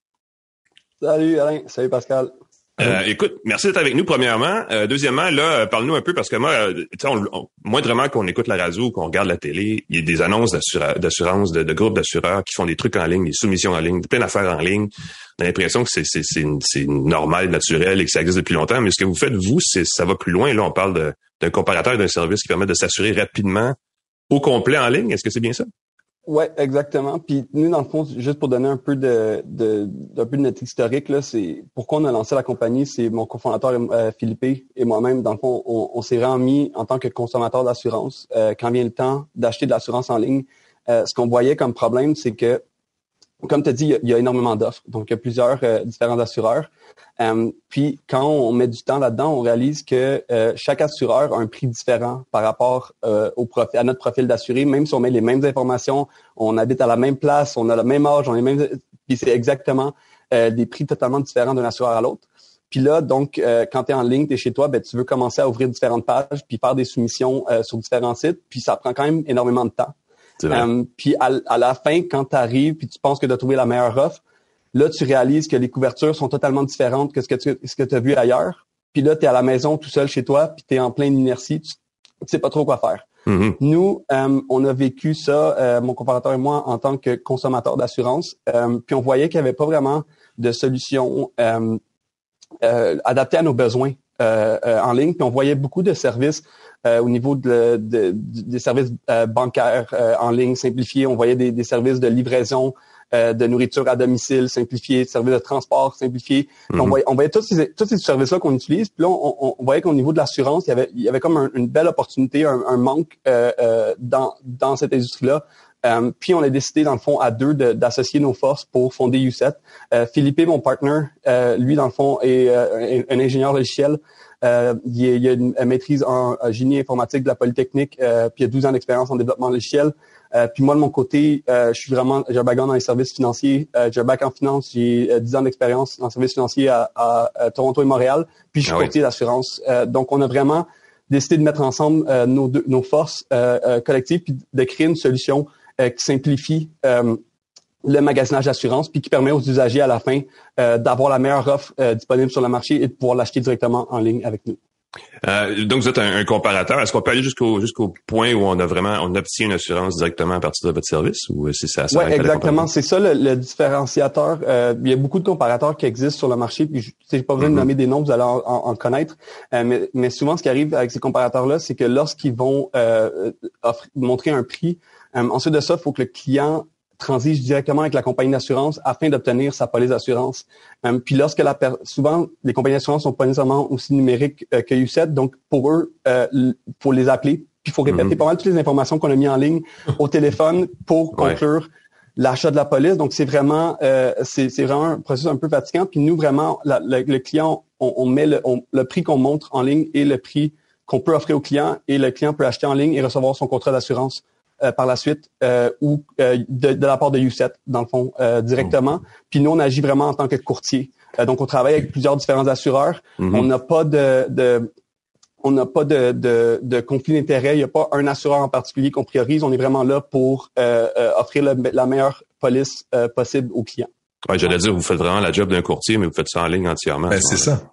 Salut Alain, salut Pascal. Euh, écoute, merci d'être avec nous, premièrement. Euh, deuxièmement, là, parle-nous un peu, parce que moi, euh, on, on, moindrement qu'on écoute la radio ou qu'on regarde la télé, il y a des annonces d'assurance, de, de groupes d'assureurs qui font des trucs en ligne, des soumissions en ligne, plein d'affaires en ligne. On a l'impression que c'est, c'est, c'est, c'est normal, naturel et que ça existe depuis longtemps. Mais ce que vous faites, vous, c'est, ça va plus loin. Là, on parle de, d'un comparateur et d'un service qui permet de s'assurer rapidement au complet en ligne. Est-ce que c'est bien ça? Ouais, exactement. Puis nous, dans le fond, juste pour donner un peu de, de, d'un peu de notre historique, là, c'est pourquoi on a lancé la compagnie. C'est mon cofondateur euh, Philippe et moi-même. Dans le fond, on, on s'est vraiment mis en tant que consommateur d'assurance. Euh, quand vient le temps d'acheter de l'assurance en ligne, euh, ce qu'on voyait comme problème, c'est que, comme tu as dit, il y, a, il y a énormément d'offres. Donc, il y a plusieurs euh, différents assureurs. Euh, puis, quand on met du temps là-dedans, on réalise que euh, chaque assureur a un prix différent par rapport euh, au profil, à notre profil d'assuré. Même si on met les mêmes informations, on habite à la même place, on a le même âge, on a les mêmes... Puis, c'est exactement euh, des prix totalement différents d'un assureur à l'autre. Puis là, donc, euh, quand tu es en ligne, tu es chez toi, ben tu veux commencer à ouvrir différentes pages puis faire des soumissions euh, sur différents sites. Puis, ça prend quand même énormément de temps. Um, puis à, à la fin, quand tu arrives puis tu penses que tu as trouvé la meilleure offre, là, tu réalises que les couvertures sont totalement différentes que ce que tu ce que tu as vu ailleurs. Puis là, tu es à la maison tout seul chez toi, puis tu es en pleine inertie, tu, tu sais pas trop quoi faire. Mm-hmm. Nous, um, on a vécu ça, euh, mon comparateur et moi, en tant que consommateur d'assurance. Um, puis on voyait qu'il n'y avait pas vraiment de solution um, euh, adaptée à nos besoins euh, euh, en ligne. Puis on voyait beaucoup de services Euh, au niveau de, de, de, des services euh, bancaires euh, en ligne simplifiés. On voyait des, des services de livraison euh, de nourriture à domicile simplifiés, des services de transport simplifiés. Mm-hmm. On voyait, on voyait tous ces, tous ces services-là qu'on utilise. Puis là, on, on voyait qu'au niveau de l'assurance, il y avait, il y avait comme un, une belle opportunité, un, un manque euh, euh, dans, dans cette industrie-là. Um, puis on a décidé, dans le fond, à deux, de, d'associer nos forces pour fonder U sept. Euh, Philippe, mon partner, euh, lui, dans le fond, est euh, un, un ingénieur logiciel. Euh, il, est, il a une maîtrise en, en génie informatique de la Polytechnique, euh, puis il a douze ans d'expérience en développement logiciel. Euh, puis moi, de mon côté, euh, je suis vraiment, j'ai un background dans les services financiers. Euh, j'ai un bac en finance, j'ai euh, dix ans d'expérience en services financiers à, à, à Toronto et Montréal. Puis je suis ah courtier oui. d'assurance. Euh, donc, on a vraiment décidé de mettre ensemble euh, nos, deux, nos forces euh, euh, collectives, puis de créer une solution euh, qui simplifie euh, le magasinage d'assurance, puis qui permet aux usagers à la fin euh, d'avoir la meilleure offre euh, disponible sur le marché et de pouvoir l'acheter directement en ligne avec nous. Euh, donc vous êtes un, un comparateur. Est-ce qu'on peut aller jusqu'au jusqu'au point où on a vraiment on obtient une assurance directement à partir de votre service, ou c'est ça? Oui, exactement. C'est ça le, le différenciateur. Euh, il y a beaucoup de comparateurs qui existent sur le marché. Puis je n'ai pas besoin mm-hmm. de nommer des noms, vous allez en, en, en connaître. Euh, mais, mais souvent, ce qui arrive avec ces comparateurs-là, c'est que lorsqu'ils vont euh, offrir, montrer un prix, euh, ensuite de ça, il faut que le client transige directement avec la compagnie d'assurance afin d'obtenir sa police d'assurance. Um, puis lorsque la per- souvent les compagnies d'assurance sont pas nécessairement aussi numériques euh, que U sept, donc pour eux, euh, il faut les appeler, puis il faut répéter mm-hmm. pas mal toutes les informations qu'on a mis en ligne au téléphone pour conclure ouais. l'achat de la police. Donc c'est vraiment euh, c'est, c'est vraiment un processus un peu fatigant. Puis nous vraiment, la, la, le client, on, on met le, on, le prix qu'on montre en ligne et le prix qu'on peut offrir au client, et le client peut acheter en ligne et recevoir son contrat d'assurance Euh, par la suite euh, ou euh, de, de la part de U sept, dans le fond, euh, directement. Mm. Puis nous, on agit vraiment en tant que courtier. Euh, donc, on travaille avec plusieurs différents assureurs. Mm-hmm. On n'a pas de, de on n'a pas de, de, de conflit d'intérêt. Il n'y a pas un assureur en particulier qu'on priorise. On est vraiment là pour euh, euh, offrir le, la meilleure police euh, possible aux clients. Ouais, j'allais dire, vous faites vraiment la job d'un courtier, mais vous faites ça en ligne entièrement. Ben, c'est ça.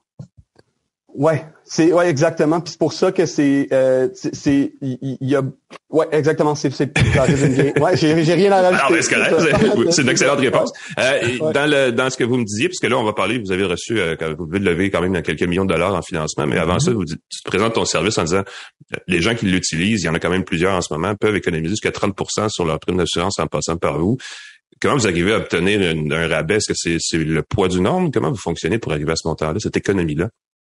Ouais, c'est ouais exactement. Puis c'est pour ça que c'est euh, c'est, c'est il y, y a ouais exactement c'est c'est ça résume bien. Ouais, j'ai j'ai rien à rajouter. Ah, ben, c'est correct. C'est une excellente réponse. Euh, ouais. Dans le dans ce que vous me disiez, puisque là on va parler, vous avez reçu euh, vous devez lever quand même dans quelques millions de dollars en financement, mais avant mm-hmm. ça, vous dites, tu te présentes ton service en disant les gens qui l'utilisent, il y en a quand même plusieurs en ce moment, peuvent économiser jusqu'à trente pour cent sur leur prime d'assurance en passant par vous. Comment vous arrivez à obtenir une, un rabais? Est-ce que c'est, c'est le poids du nombre? Comment vous fonctionnez pour arriver à ce montant-là, cette économie-là?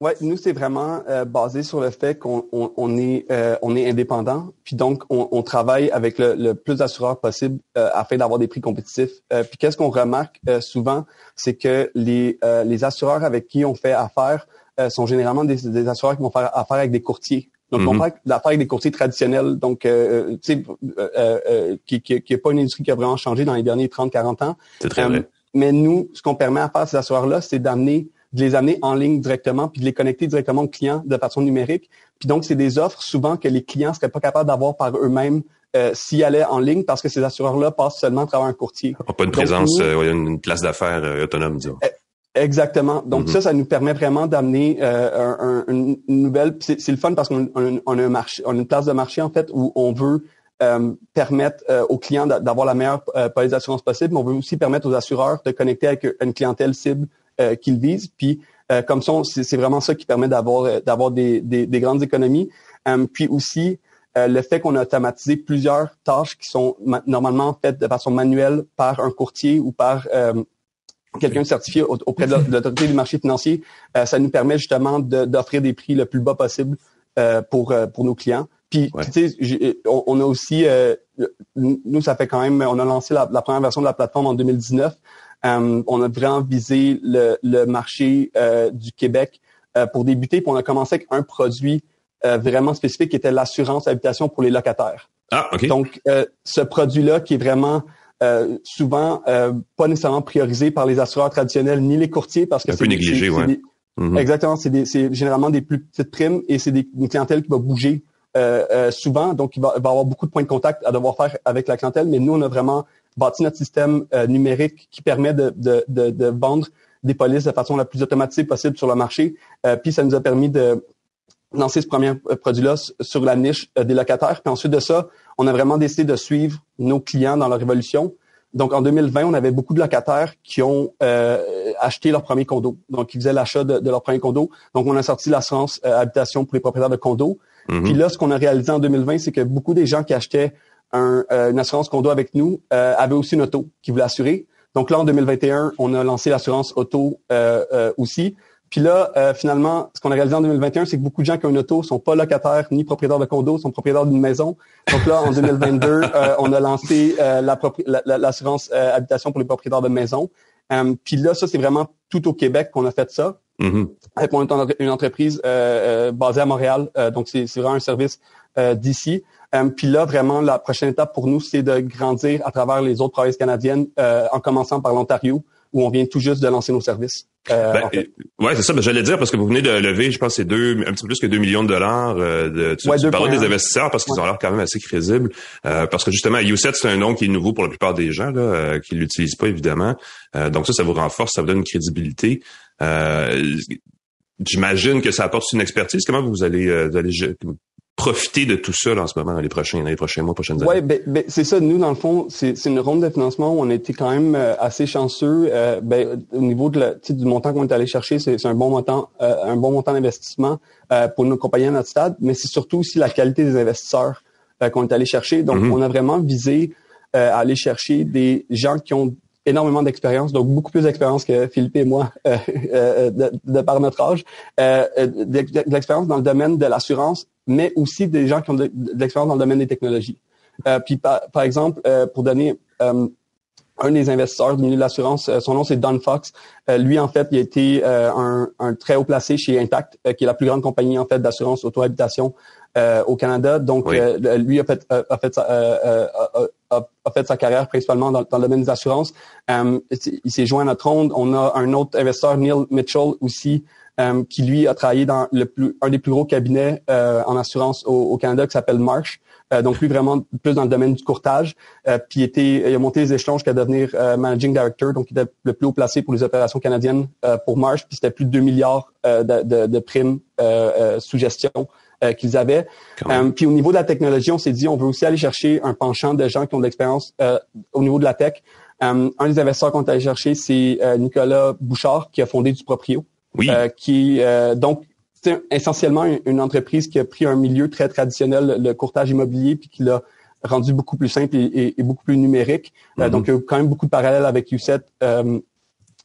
Ouais, nous c'est vraiment euh, basé sur le fait qu'on on, on est euh, on est indépendant, puis donc on, on travaille avec le, le plus d'assureurs possible euh, afin d'avoir des prix compétitifs. Euh, puis qu'est-ce qu'on remarque euh, souvent, c'est que les euh, les assureurs avec qui on fait affaire euh, sont généralement des, des assureurs qui vont faire affaire avec des courtiers. Donc, mm-hmm. on fait affaire avec des courtiers traditionnels, donc euh, tu sais, euh, euh, qui qui qui est pas une industrie qui a vraiment changé dans les derniers trente à quarante ans. C'est très euh, vrai. Mais nous, ce qu'on permet à faire ces assureurs-là, c'est d'amener de les amener en ligne directement, puis de les connecter directement aux clients de façon numérique. Puis donc, c'est des offres souvent que les clients seraient pas capables d'avoir par eux-mêmes euh, s'ils allaient en ligne, parce que ces assureurs-là passent seulement à travers un courtier. On n'a pas une donc, présence, nous, euh, une place d'affaires euh, autonome, disons. Exactement. Donc mm-hmm. ça, ça nous permet vraiment d'amener euh, un, un, une nouvelle. C'est, c'est le fun parce qu'on on, on a un marché, on a une place de marché en fait où on veut euh, permettre euh, aux clients d'avoir la meilleure euh, police d'assurance possible, mais on veut aussi permettre aux assureurs de connecter avec une clientèle cible Euh, qu'ils visent, puis euh, comme ça, c'est, c'est vraiment ça qui permet d'avoir euh, d'avoir des, des, des grandes économies. Um, puis aussi euh, le fait qu'on a automatisé plusieurs tâches qui sont ma- normalement faites de façon manuelle par un courtier ou par euh, quelqu'un certifié auprès de l'autorité du marché financier, euh, ça nous permet justement de, d'offrir des prix le plus bas possible euh, pour euh, pour nos clients. Puis ouais. tu sais, on, on a aussi euh, nous ça fait quand même, on a lancé la, la première version de la plateforme en deux mille dix-neuf. Um, on a vraiment visé le, le marché euh, du Québec euh, pour débuter. Puis on a commencé avec un produit euh, vraiment spécifique qui était l'assurance habitation pour les locataires. Ah, ok. Donc, euh, ce produit-là qui est vraiment euh, souvent euh, pas nécessairement priorisé par les assureurs traditionnels ni les courtiers parce que un c'est peu négligé, c'est, ouais. c'est des, mm-hmm. Exactement, c'est, des, c'est généralement des plus petites primes et c'est des, une clientèle qui va bouger euh, euh, souvent. Donc, il va, il va avoir beaucoup de points de contact à devoir faire avec la clientèle. Mais nous, on a vraiment bâti notre système euh, numérique qui permet de, de, de, de vendre des polices de façon la plus automatisée possible sur le marché. Euh, puis ça nous a permis de lancer ce premier produit-là sur la niche euh, des locataires. Puis ensuite de ça, on a vraiment décidé de suivre nos clients dans leur évolution. Donc en deux mille vingt, on avait beaucoup de locataires qui ont euh, acheté leur premier condo. Donc ils faisaient l'achat de, de leur premier condo. Donc on a sorti l'assurance euh, habitation pour les propriétaires de condos. Mm-hmm. Puis là, ce qu'on a réalisé en deux mille vingt, c'est que beaucoup des gens qui achetaient Un, euh, une assurance condo avec nous, euh, avait aussi une auto qui voulait assurer. Donc là, en deux mille vingt et un, on a lancé l'assurance auto euh, euh, aussi. Puis là, euh, finalement, ce qu'on a réalisé en deux mille vingt et un, c'est que beaucoup de gens qui ont une auto sont pas locataires ni propriétaires de condo, sont propriétaires d'une maison. Donc là, en deux mille vingt-deux, euh, on a lancé euh, la propri- la, la, l'assurance euh, habitation pour les propriétaires de maison. Um, puis là, ça, c'est vraiment tout au Québec qu'on a fait ça. Mm-hmm. Et on est une entreprise euh, euh, basée à Montréal, euh, donc c'est, c'est vraiment un service euh, d'ici. Um, puis là, vraiment, la prochaine étape pour nous, c'est de grandir à travers les autres provinces canadiennes, euh, en commençant par l'Ontario, où on vient tout juste de lancer nos services. Euh, ben, en fait. Ouais, c'est ça. Ben, j'allais dire parce que vous venez de lever, je pense, c'est deux, un petit peu plus que deux millions de dollars. Euh, de, tu ouais, tu parlais des un. investisseurs parce qu'ils ouais. ont l'air quand même assez crédibles. Euh, parce que justement, U sept, c'est un nom qui est nouveau pour la plupart des gens là, euh, qui l'utilisent pas évidemment. Euh, donc ça, ça vous renforce, ça vous donne une crédibilité. Euh, j'imagine que ça apporte une expertise. Comment vous allez, euh, vous allez profiter de tout ça là, en ce moment dans les prochains, dans les prochains mois, prochaines années? Ouais, ben, ben c'est ça. Nous, dans le fond, c'est, c'est une ronde de financement où on a été quand même euh, assez chanceux. Euh, ben, au niveau de la, du montant qu'on est allé chercher, c'est, c'est un bon montant, euh, un bon montant d'investissement euh, pour nos compagnies à notre stade, mais c'est surtout aussi la qualité des investisseurs euh, qu'on est allé chercher. Donc, mm-hmm. on a vraiment visé euh, à aller chercher des gens qui ont énormément d'expérience, donc beaucoup plus d'expérience que Philippe et moi euh, euh, de, de par notre âge, euh, de, de l'expérience dans le domaine de l'assurance, mais aussi des gens qui ont de, de l'expérience dans le domaine des technologies. Euh, puis par, par exemple, euh, pour donner euh, un des investisseurs du milieu de l'assurance, euh, son nom c'est Don Fox. Euh, lui en fait, il a été euh, un, un très haut placé chez Intact, euh, qui est la plus grande compagnie en fait d'assurance auto-habitation euh, au Canada. Donc oui. euh, lui a fait a, a fait sa, euh, a, a, a fait sa carrière principalement dans, dans le domaine des assurances. Euh, il s'est joint à notre ronde. On a un autre investisseur, Neil Mitchell aussi, euh, qui lui a travaillé dans le plus un des plus gros cabinets euh, en assurance au, au Canada qui s'appelle Marsh. Euh, donc lui vraiment plus dans le domaine du courtage. Euh, puis il était, il a monté les échelons jusqu'à devenir euh, managing director, donc il était le plus haut placé pour les opérations canadiennes euh, pour Marsh. Puis c'était plus de deux milliards euh, de, de, de primes euh, euh, sous gestion euh, qu'ils avaient. Euh, puis au niveau de la technologie, on s'est dit on veut aussi aller chercher un penchant de gens qui ont de l'expérience euh, au niveau de la tech. Euh, un des investisseurs qu'on est allé chercher, c'est euh, Nicolas Bouchard qui a fondé Du Proprio. Oui. Euh, qui euh, donc c'est essentiellement une entreprise qui a pris un milieu très traditionnel, le courtage immobilier, puis qui l'a rendu beaucoup plus simple et, et, et beaucoup plus numérique. Mm-hmm. Euh, donc, il y a quand même beaucoup de parallèles avec U sept euh,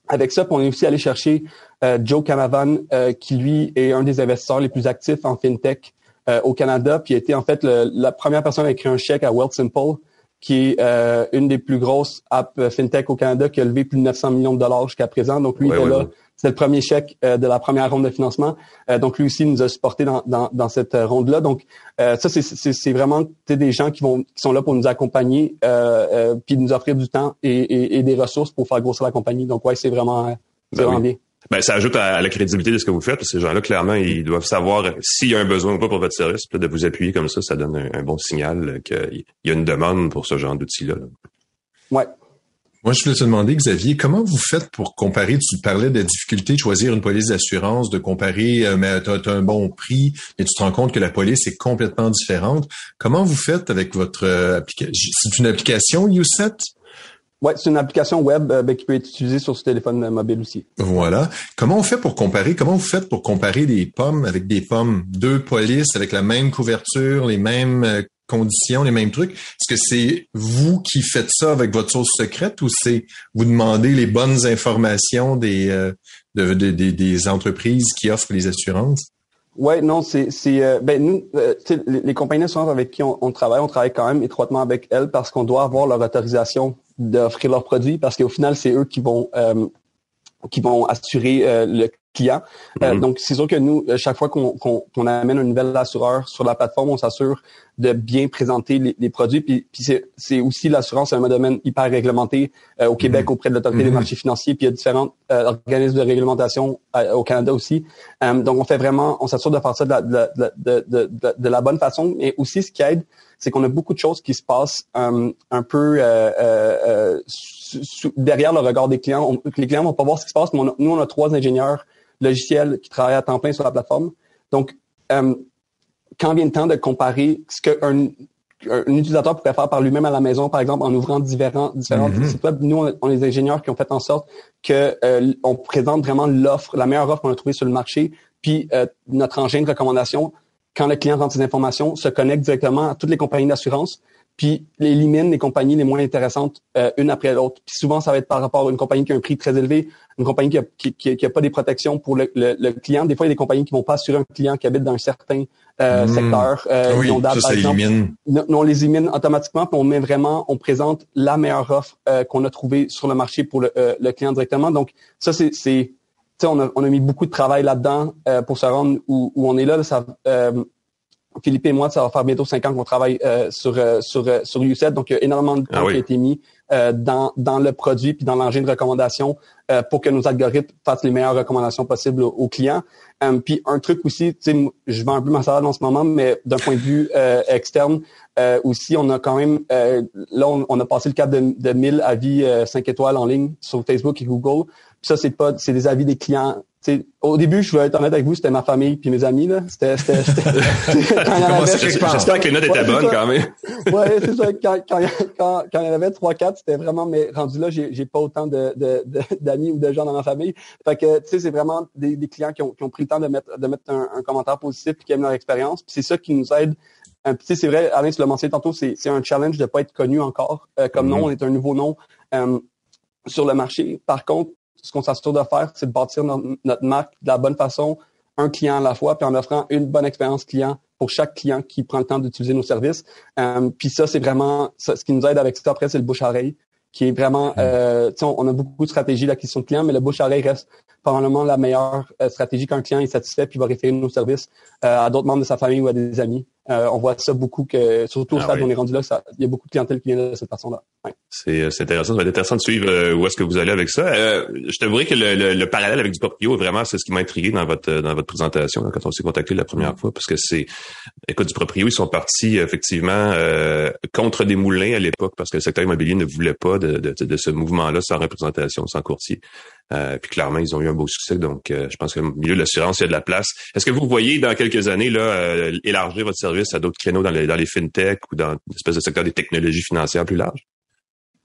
avec ça, puis on est aussi allé chercher euh, Joe Canavan, euh, qui lui est un des investisseurs les plus actifs en fintech euh, au Canada, puis a été en fait le, la première personne à écrire un chèque à Wealthsimple, qui est euh, une des plus grosses apps fintech au Canada, qui a levé plus de neuf cents millions de dollars jusqu'à présent. Donc lui ouais, était ouais, là. Ouais. C'est le premier chèque euh, de la première ronde de financement. Euh, donc lui aussi nous a supporté dans, dans, dans cette ronde-là. Donc euh, ça, c'est, c'est, c'est vraiment des gens qui vont qui sont là pour nous accompagner, euh, euh, puis nous offrir du temps et, et, et des ressources pour faire grossir la compagnie. Donc ouais, c'est vraiment, c'est ben vraiment oui. bien. Ben, ça ajoute à la crédibilité de ce que vous faites, parce que ces gens-là, clairement, ils doivent savoir s'il y a un besoin ou pas pour votre service. Puis de vous appuyer comme ça, ça donne un, un bon signal qu'il y a une demande pour ce genre d'outils-là. Ouais. Moi, je voulais te demander, Xavier, comment vous faites pour comparer, tu parlais de la difficulté de choisir une police d'assurance, de comparer, euh, mais tu as un bon prix, mais tu te rends compte que la police est complètement différente. Comment vous faites avec votre euh, application? C'est une application, YouSet? Ouais, c'est une application web euh, ben, qui peut être utilisée sur ce téléphone mobile aussi. Voilà. Comment on fait pour comparer? Comment vous faites pour comparer des pommes avec des pommes? Deux polices avec la même couverture, les mêmes euh, conditions, les mêmes trucs. Est-ce que c'est vous qui faites ça avec votre sauce secrète ou c'est vous demandez les bonnes informations des euh, de, de, de, des entreprises qui offrent les assurances? Ouais, non, c'est c'est euh, ben nous, euh, les, les compagnies d'assurance avec qui on, on travaille, on travaille quand même étroitement avec elles parce qu'on doit avoir leur autorisation d'offrir leurs produits parce qu'au final, c'est eux qui vont euh, qui vont assurer euh, le client. Euh, mm-hmm. Donc, c'est sûr que nous, chaque fois qu'on, qu'on, qu'on amène un nouvel assureur sur la plateforme, on s'assure de bien présenter les, les produits. Puis, puis c'est, c'est aussi l'assurance, c'est un domaine hyper réglementé euh, au Québec mm-hmm. auprès de l'Autorité mm-hmm. des marchés financiers. Puis il y a différents euh, organismes de réglementation euh, au Canada aussi. Euh, donc, on fait vraiment, on s'assure de faire ça de la, de, de, de, de, de, de la bonne façon. Mais aussi, ce qui aide, c'est qu'on a beaucoup de choses qui se passent euh, un peu euh, euh, sous, sous, derrière le regard des clients. On, les clients vont pas voir ce qui se passe, mais on a, nous, on a trois ingénieurs logiciels qui travaillent à temps plein sur la plateforme. Donc, euh, quand vient le temps de comparer ce qu'un un utilisateur pourrait faire par lui-même à la maison, par exemple, en ouvrant différents différents mm-hmm. sites web, nous, on, on est des ingénieurs qui ont fait en sorte que euh, on présente vraiment l'offre, la meilleure offre qu'on a trouvée sur le marché, puis euh, notre engin de recommandation, quand le client rentre ses informations, se connecte directement à toutes les compagnies d'assurance, puis élimine les compagnies les moins intéressantes euh, une après l'autre. Puis souvent, ça va être par rapport à une compagnie qui a un prix très élevé, une compagnie qui a, qui, qui, qui a pas des protections pour le, le, le client. Des fois, il y a des compagnies qui vont pas assurer un client qui habite dans un certain euh, mmh. secteur. Euh, oui, inondable, ça, ça élimine. Nous, on les élimine automatiquement, puis on met vraiment, on présente la meilleure offre euh, qu'on a trouvée sur le marché pour le, euh, le client directement. Donc, ça, c'est... c'est tu sais, on a, on a mis beaucoup de travail là-dedans euh, pour se rendre où, où on est là. Ça, euh, Philippe et moi, ça va faire bientôt cinq ans qu'on travaille euh, sur euh, sur euh, sur YouSet, donc il y a énormément de temps ah oui. qui a été mis euh, dans dans le produit puis dans l'engin de recommandation euh, pour que nos algorithmes fassent les meilleures recommandations possibles aux, aux clients. Euh, puis un truc aussi, tu sais, je vends un peu ma salade en ce moment, mais d'un point de vue euh, externe euh, aussi, on a quand même euh, là on, on a passé le cap de, de mille avis euh, cinq étoiles en ligne sur Facebook et Google. Puis ça, c'est pas c'est des avis des clients. T'sais, au début, je vais être honnête avec vous, c'était ma famille puis mes amis là. C'était, c'était, c'était quand il y en avait, j'espère que les notes étaient ouais, bonnes quand même. Ouais, c'est ça. Quand quand quand quand il y en avait trois quatre, c'était vraiment. Mais rendu là, j'ai j'ai pas autant de, de, de d'amis ou de gens dans ma famille. Fait que tu sais, c'est vraiment des, des clients qui ont qui ont pris le temps de mettre de mettre un, un commentaire positif puis qui aiment leur expérience. Puis c'est ça qui nous aide. Euh, puis tu sais, c'est vrai, Alain, tu l'as mentionné tantôt, c'est c'est un challenge de pas être connu encore. Euh, comme mm-hmm. nom, on est un nouveau nom euh, sur le marché. Par contre, ce qu'on s'assure de faire, c'est de bâtir notre, notre marque de la bonne façon, un client à la fois, puis en offrant une bonne expérience client pour chaque client qui prend le temps d'utiliser nos services. Euh, puis ça, c'est vraiment ça, ce qui nous aide avec ça. Après, c'est le bouche-oreille, qui est vraiment, euh, tu sais, on, on a beaucoup de stratégies d'acquisition de clients, mais le bouche-oreille reste probablement la meilleure euh, stratégie quand un client est satisfait puis va référer nos services euh, à d'autres membres de sa famille ou à des amis. Euh, on voit ça beaucoup, que surtout au ah stade oui. où on est rendu là, ça, il y a beaucoup de clientèle qui vient de cette façon-là. Ouais. C'est, c'est intéressant, ça va être intéressant de suivre euh, où est-ce que vous allez avec ça. Euh, je t'avouerai que le, le, le parallèle avec du proprio, vraiment, c'est ce qui m'a intrigué dans votre dans votre présentation là, quand on s'est contacté la première mmh. fois, parce que c'est, écoute, du proprio, ils sont partis effectivement euh, contre des moulins à l'époque, parce que le secteur immobilier ne voulait pas de, de, de ce mouvement-là sans représentation, sans courtier. Euh, puis clairement, ils ont eu un beau succès, donc euh, je pense que au milieu de l'assurance, il y a de la place. Est-ce que vous voyez dans quelques années là euh, élargir votre service à d'autres créneaux dans les, dans les fintech ou dans l'espèce de secteur des technologies financières plus larges?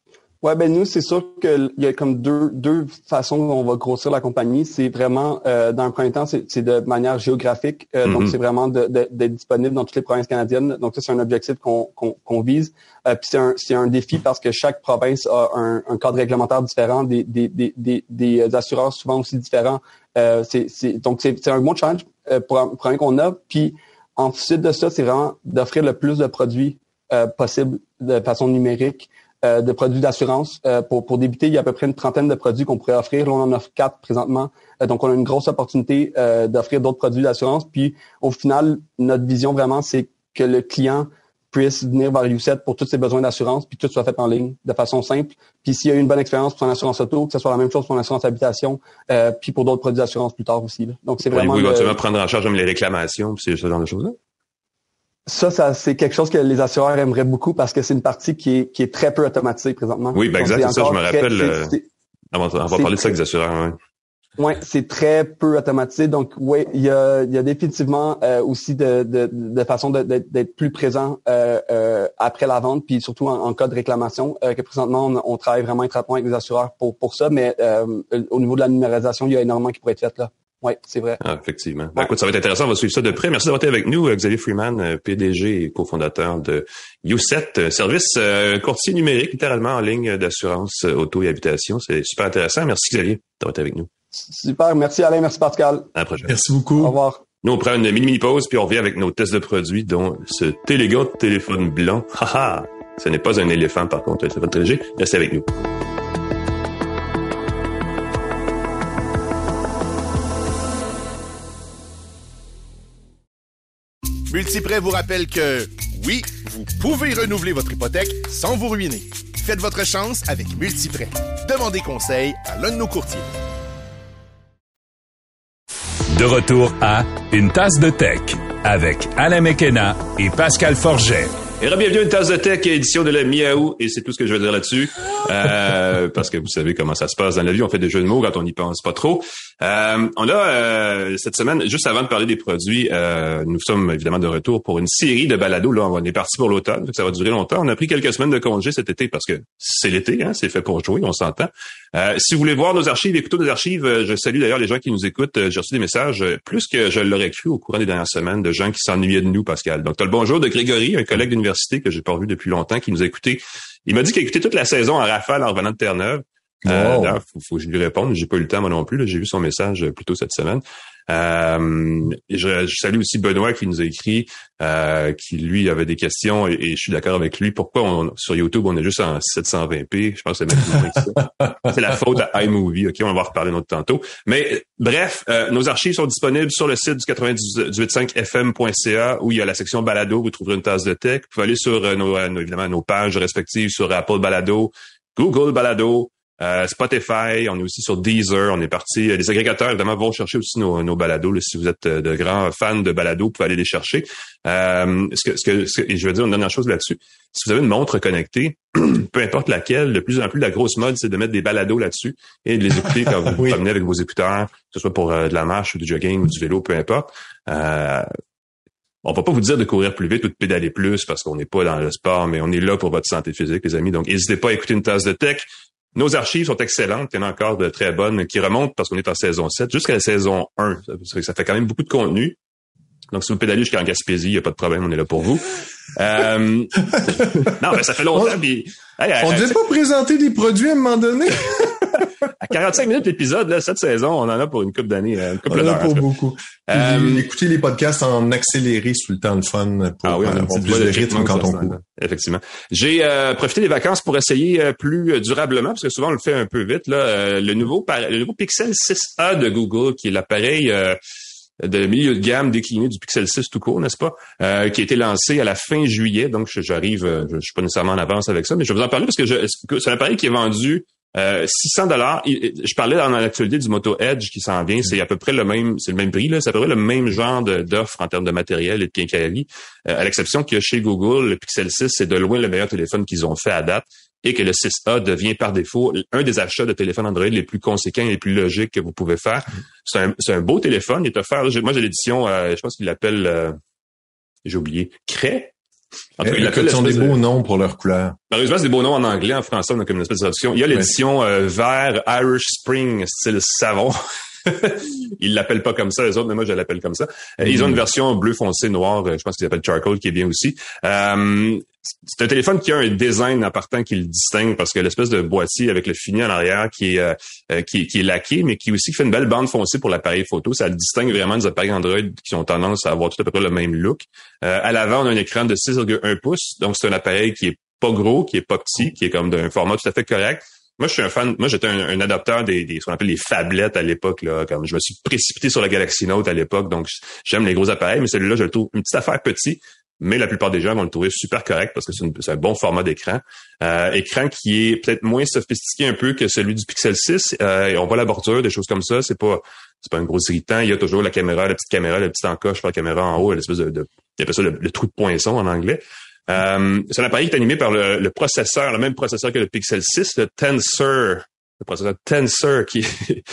Ouais, ben nous, c'est sûr qu'il y a comme deux deux façons dont on va grossir la compagnie. C'est vraiment, euh, dans un premier temps, c'est, c'est de manière géographique. Euh, mm-hmm. Donc, c'est vraiment de, de, d'être disponible dans toutes les provinces canadiennes. Donc, ça, c'est un objectif qu'on, qu'on, qu'on vise. Euh, puis c'est un, c'est un défi parce que chaque province a un, un cadre réglementaire différent, des, des, des, des, des assureurs souvent aussi différents. Euh, c'est, c'est, donc, c'est, c'est un bon challenge euh, pour un problème qu'on a. Puis, ensuite de ça, c'est vraiment d'offrir le plus de produits euh, possible de façon numérique. Euh, de produits d'assurance. Euh, pour, pour débuter, il y a à peu près une trentaine de produits qu'on pourrait offrir. Là, on en offre quatre présentement. Euh, donc, on a une grosse opportunité euh, d'offrir d'autres produits d'assurance. Puis, au final, notre vision vraiment, c'est que le client puisse venir vers YouSet pour tous ses besoins d'assurance, puis tout soit fait en ligne de façon simple. Puis, s'il y a eu une bonne expérience pour son assurance auto, que ce soit la même chose pour son assurance habitation, euh, puis pour d'autres produits d'assurance plus tard aussi. Là. Donc, c'est vraiment... Vous éventuellement prendre en charge même les réclamations, puis ce genre de choses-là? Ça, ça, c'est quelque chose que les assureurs aimeraient beaucoup parce que c'est une partie qui est, qui est très peu automatisée présentement. Oui, ben exact, c'est ça, je me rappelle. Très, euh, c'est, on va, on va parler de ça avec les assureurs, oui. Oui, c'est très peu automatisé. Donc, oui, il y a, il y a définitivement euh, aussi de, de, de façon de, de, d'être plus présent euh, euh, après la vente, puis surtout en, en cas de réclamation, euh, que présentement, on, on travaille vraiment étroitement avec les assureurs pour, pour ça, mais euh, au niveau de la numérisation, il y a énormément qui pourrait être fait là. Oui, c'est vrai. Ah, effectivement. Ben, écoute, ça va être intéressant. On va suivre ça de près. Merci d'avoir été avec nous, Xavier Freeman, P D G et cofondateur de YouSet, service euh, courtier numérique, littéralement en ligne d'assurance auto et habitation. C'est super intéressant. Merci, Xavier, d'avoir été avec nous. Super. Merci, Alain. Merci, Pascal. À la prochaine. Merci beaucoup. Au revoir. Nous, on prend une mini-mini pause, puis on revient avec nos tests de produits, dont ce élégant téléphone blanc. Haha! Ce n'est pas un éléphant, par contre, le téléphone P D G. Restez avec nous. Multiprêt vous rappelle que, oui, vous pouvez renouveler votre hypothèque sans vous ruiner. Faites votre chance avec Multiprêt. Demandez conseil à l'un de nos courtiers. De retour à Une tasse de tech avec Alain McKenna et Pascal Forget. Et bienvenue à Une tasse de tech, édition de la Miaou, et c'est tout ce que je veux dire là-dessus, euh, parce que vous savez comment ça se passe dans la vie, on fait des jeux de mots quand on n'y pense pas trop. Euh, on a, euh, cette semaine, juste avant de parler des produits, euh, nous sommes évidemment de retour pour une série de balados. Là, on est parti pour l'automne, ça va durer longtemps. On a pris quelques semaines de congé cet été parce que c'est l'été, hein, c'est fait pour jouer, on s'entend. Euh, si vous voulez voir nos archives, écouter nos archives, je salue d'ailleurs les gens qui nous écoutent. J'ai reçu des messages, plus que je l'aurais cru au courant des dernières semaines, de gens qui s'ennuyaient de nous, Pascal. Donc, t'as le bonjour de Grégory, un collègue d'université que j'ai pas revu depuis longtemps, qui nous a écouté. Il m'a dit qu'il a écouté toute la saison en rafale en revenant de Terre-Neuve. Wow. Euh, d'ailleurs, faut, faut que je lui réponde. J'ai pas eu le temps, moi non plus. Là. J'ai vu son message plus tôt cette semaine. Euh, je, je salue aussi Benoît qui nous a écrit, euh, qui lui avait des questions et, et je suis d'accord avec lui. Pourquoi on, sur YouTube on est juste en sept cent vingt p? Je pense que c'est même plus moins que ça. C'est la faute à iMovie. Ok, on va en reparler notre tantôt. Mais bref, euh, nos archives sont disponibles sur le site du quatre-vingt-dix-huit virgule cinq f m point c a où il y a la section balado. Vous trouverez une tasse de tech. Vous pouvez aller sur euh, nos, nos évidemment nos pages respectives sur Apple Balado, Google Balado. Euh, Spotify, on est aussi sur Deezer, on est parti. Les agrégateurs, évidemment, vont chercher aussi nos, nos balados. Là, si vous êtes de grands fans de balados, vous pouvez aller les chercher. Euh, ce que, ce que, ce que, et je veux dire une dernière chose là-dessus. Si vous avez une montre connectée, peu importe laquelle, de plus en plus, la grosse mode, c'est de mettre des balados là-dessus et de les écouter quand vous vous oui. promenez avec vos écouteurs, que ce soit pour euh, de la marche ou du jogging ou du vélo, peu importe. Euh, On va pas vous dire de courir plus vite ou de pédaler plus parce qu'on n'est pas dans le sport, mais on est là pour votre santé physique, les amis. Donc, n'hésitez pas à écouter une tasse de tech. Nos archives sont excellentes, il y en a encore de très bonnes qui remontent parce qu'on est en saison sept jusqu'à la saison un. Ça, ça fait quand même beaucoup de contenu. Donc, si vous pédalez jusqu'en Gaspésie, il n'y a pas de problème, on est là pour vous. Euh... non, mais ça fait longtemps. On, pis... hey, on ne devait pas présenter des produits à un moment donné. À quarante-cinq minutes l'épisode, là, cette saison, on en a pour une couple d'années. Une couple on en a d'heures, pour beaucoup. Euh... Écoutez les podcasts en accéléré sous le temps de fun pour ah oui, on a un petit plus de rythme quand on court. Effectivement. J'ai euh, profité des vacances pour essayer euh, plus durablement, parce que souvent on le fait un peu vite. Là, euh, le nouveau le nouveau Pixel six a de Google, qui est l'appareil euh, de milieu de gamme décliné du Pixel six tout court, n'est-ce pas, euh, qui a été lancé à la fin juillet. Donc, j'arrive, je, je suis pas nécessairement en avance avec ça, mais je vais vous en parler parce que je, c'est un appareil qui est vendu Euh, six cents dollars. Je parlais dans l'actualité du Moto Edge qui s'en vient. C'est à peu près le même, c'est le même prix là. C'est à peu près le même genre de, d'offre en termes de matériel et de quincaillerie, euh, à l'exception que chez Google, le Pixel six c'est de loin le meilleur téléphone qu'ils ont fait à date et que le six A devient par défaut un des achats de téléphones Android les plus conséquents et les plus logiques que vous pouvez faire. C'est un, c'est un beau téléphone. Il est offert. Moi, j'ai l'édition. Euh, je pense qu'il l'appelle. Euh, j'ai oublié. Cray. En tout cas, ils ont des beaux de... noms pour leur couleur. Malheureusement, c'est des beaux noms en anglais. En français, on a comme une espèce de traduction. Il y a l'édition ouais. euh, vert Irish Spring, style savon. Ils l'appellent pas comme ça, les autres, mais moi, je l'appelle comme ça. Mm-hmm. Ils ont une version bleu foncé, noir, je pense qu'ils l'appellent Charcoal, qui est bien aussi. Euh, c'est un téléphone qui a un design appartant qui le distingue, parce que l'espèce de boîtier avec le fini en arrière qui est, euh, qui, qui est laqué, mais qui aussi fait une belle bande foncée pour l'appareil photo. Ça le distingue vraiment des appareils Android qui ont tendance à avoir tout à peu près le même look. Euh, à l'avant, on a un écran de six virgule un pouces, donc c'est un appareil qui est pas gros, qui est pas petit, qui est comme d'un format tout à fait correct. Moi, je suis un fan. Moi, j'étais un, un adopteur des, des ce qu'on appelle les phablettes à l'époque. Là, comme je me suis précipité sur la Galaxy Note à l'époque, donc j'aime les gros appareils, mais celui-là, je le trouve une petite affaire petit. Mais la plupart des gens vont le trouver super correct parce que c'est, une, c'est un bon format d'écran. Euh, écran qui est peut-être moins sophistiqué un peu que celui du Pixel six. Euh, et on voit la bordure, des choses comme ça. C'est pas c'est pas un gros irritant. Il y a toujours la caméra, la petite caméra, la petite encoche pour la caméra en haut, l'espèce de, de il appelle ça le, le trou de poinçon en anglais. Euh, c'est un appareil qui est animé par le, le processeur, le même processeur que le Pixel six, le Tensor, le processeur Tensor qui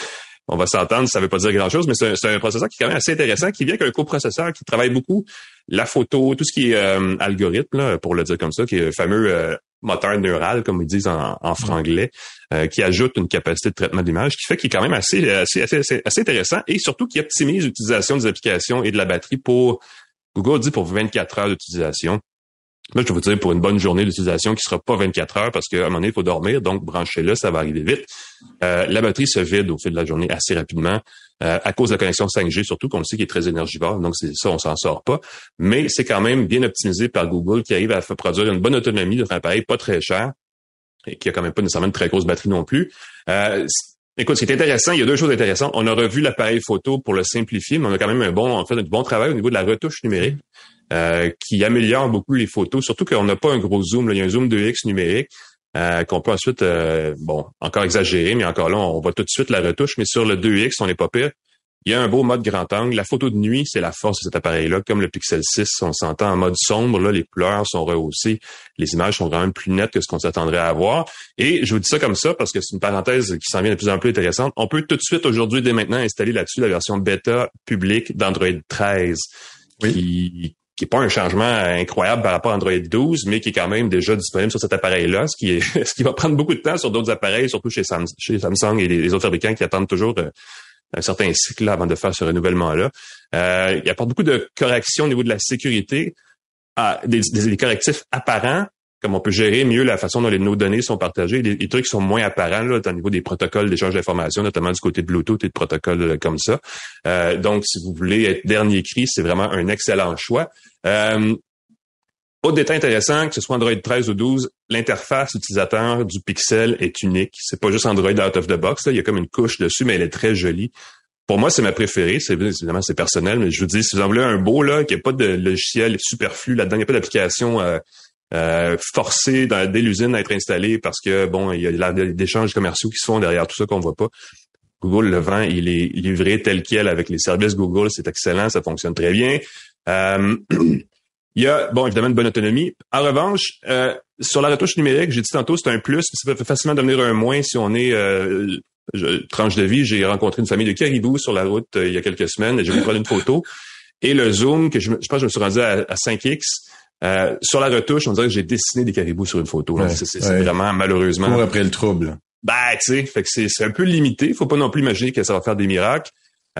on va s'entendre, ça veut pas dire grand-chose, mais c'est un, c'est un processeur qui est quand même assez intéressant, qui vient avec un coprocesseur qui travaille beaucoup la photo, tout ce qui est euh, algorithme, là, pour le dire comme ça, qui est le fameux euh, moteur neural, comme ils disent en, en franglais, euh, qui ajoute une capacité de traitement d'image, qui fait qu'il est quand même assez, assez, assez, assez intéressant et surtout qui optimise l'utilisation des applications et de la batterie pour, Google dit pour vingt-quatre heures d'utilisation. Moi, je vais vous dire, pour une bonne journée d'utilisation qui sera pas vingt-quatre heures, parce qu'à un moment donné, il faut dormir, donc branchez-le, ça va arriver vite. Euh, la batterie se vide au fil de la journée assez rapidement, euh, à cause de la connexion cinq G, surtout qu'on le sait qui est très énergivore, donc c'est ça, on s'en sort pas. Mais c'est quand même bien optimisé par Google, qui arrive à faire produire une bonne autonomie d'un appareil pas très cher, et qui a quand même pas nécessairement une très grosse batterie non plus. Euh, Écoute, ce qui est intéressant, il y a deux choses intéressantes. On a revu l'appareil photo pour le simplifier, mais on a quand même un bon, en fait, un bon travail au niveau de la retouche numérique, euh, qui améliore beaucoup les photos. Surtout qu'on n'a pas un gros zoom, là. Il y a un zoom deux X numérique, euh, qu'on peut ensuite, euh, bon, encore exagérer, mais encore là, on voit tout de suite la retouche. Mais sur le deux X, on n'est pas pire. Il y a un beau mode grand angle. La photo de nuit, c'est la force de cet appareil-là. Comme le Pixel six, on s'entend en mode sombre, là, les couleurs sont rehaussées. Les images sont quand même plus nettes que ce qu'on s'attendrait à avoir. Et je vous dis ça comme ça parce que c'est une parenthèse qui s'en vient de plus en plus intéressante. On peut tout de suite, aujourd'hui, dès maintenant, installer là-dessus la version bêta publique d'Android treize. Oui. Qui, qui est pas un changement incroyable par rapport à Android douze, mais qui est quand même déjà disponible sur cet appareil-là, ce qui est, ce qui va prendre beaucoup de temps sur d'autres appareils, surtout chez, Sam, chez Samsung et les, les autres fabricants qui attendent toujours euh, un certain cycle là, avant de faire ce renouvellement-là. Euh, il apporte beaucoup de corrections au niveau de la sécurité, à, des, des, des correctifs apparents, comme on peut gérer mieux la façon dont les, nos données sont partagées. Les, les trucs sont moins apparents là, au niveau des protocoles d'échange d'informations, notamment du côté de Bluetooth et de protocoles euh, comme ça. Euh, donc, si vous voulez être dernier cri, c'est vraiment un excellent choix. Euh, Autre détail intéressant, que ce soit Android treize ou douze, l'interface utilisateur du Pixel est unique. C'est pas juste Android out of the box. Là. Il y a comme une couche dessus, mais elle est très jolie. Pour moi, c'est ma préférée. C'est, évidemment, c'est personnel, mais je vous dis, si vous en voulez un beau, là, qu'il n'y a pas de logiciel superflu là-dedans, il n'y a pas d'application euh, euh, forcée dans, dès l'usine à être installée parce que, bon, il y a des échanges commerciaux qui se font derrière tout ça qu'on voit pas. Google le vend, il est livré tel quel avec les services Google. C'est excellent, ça fonctionne très bien. Euh, Il y a, bon, évidemment, une bonne autonomie. En revanche, euh, sur la retouche numérique, j'ai dit tantôt, c'est un plus, mais ça peut facilement devenir un moins si on est euh, je, tranche de vie. J'ai rencontré une famille de caribous sur la route euh, il y a quelques semaines et j'ai voulu prendre une photo. Et le zoom, que je, je pense que je me suis rendu à, à cinq X, euh, sur la retouche, on dirait que j'ai dessiné des caribous sur une photo. Là. Ouais, c'est, c'est, ouais. c'est vraiment, malheureusement... Pour après le trouble. Ben, tu sais, fait que c'est, c'est un peu limité. Faut pas non plus imaginer que ça va faire des miracles.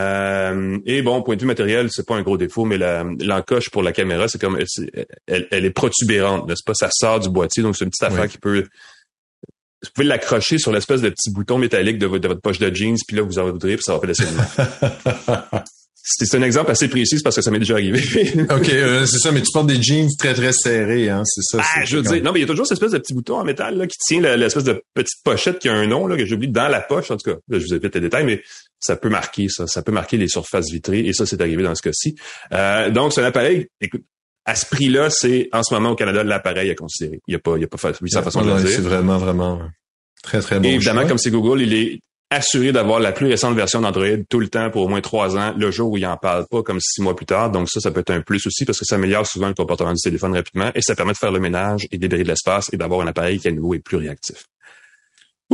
Euh, et bon, point de vue matériel, c'est pas un gros défaut, mais la, l'encoche pour la caméra, c'est comme, c'est, elle, elle est protubérante, n'est-ce pas? Ça sort du boîtier, donc c'est une petite affaire oui. qui peut, vous pouvez l'accrocher sur l'espèce de petit bouton métallique de votre, de votre poche de jeans, puis là, vous en voudrez, puis ça va faire laisser le C'est, c'est un exemple assez précis parce que ça m'est déjà arrivé. OK, euh, c'est ça, mais tu portes des jeans très, très serrés, hein, c'est ça. Ah, c'est je veux dire, non, mais il y a toujours cette espèce de petit bouton en métal là qui tient la, l'espèce de petite pochette qui a un nom là que j'ai oublié dans la poche, en tout cas. Là, je vous ai fait les détails, mais ça peut marquer ça. Ça peut marquer les surfaces vitrées, et ça, c'est arrivé dans ce cas-ci. Euh, donc, c'est un appareil, écoute, à ce prix-là, c'est, en ce moment, au Canada, l'appareil à considérer. Il n'y a pas, il y a pas huit cents façons de le dire. C'est vraiment, vraiment très, très bon. Et évidemment, choix. Comme c'est Google, il est assuré d'avoir la plus récente version d'Android tout le temps pour au moins trois ans, le jour où il en parle pas comme six mois plus tard. Donc ça, ça peut être un plus aussi parce que ça améliore souvent le comportement du téléphone rapidement et ça permet de faire le ménage et libérer de l'espace et d'avoir un appareil qui à nouveau est plus réactif. Ouf!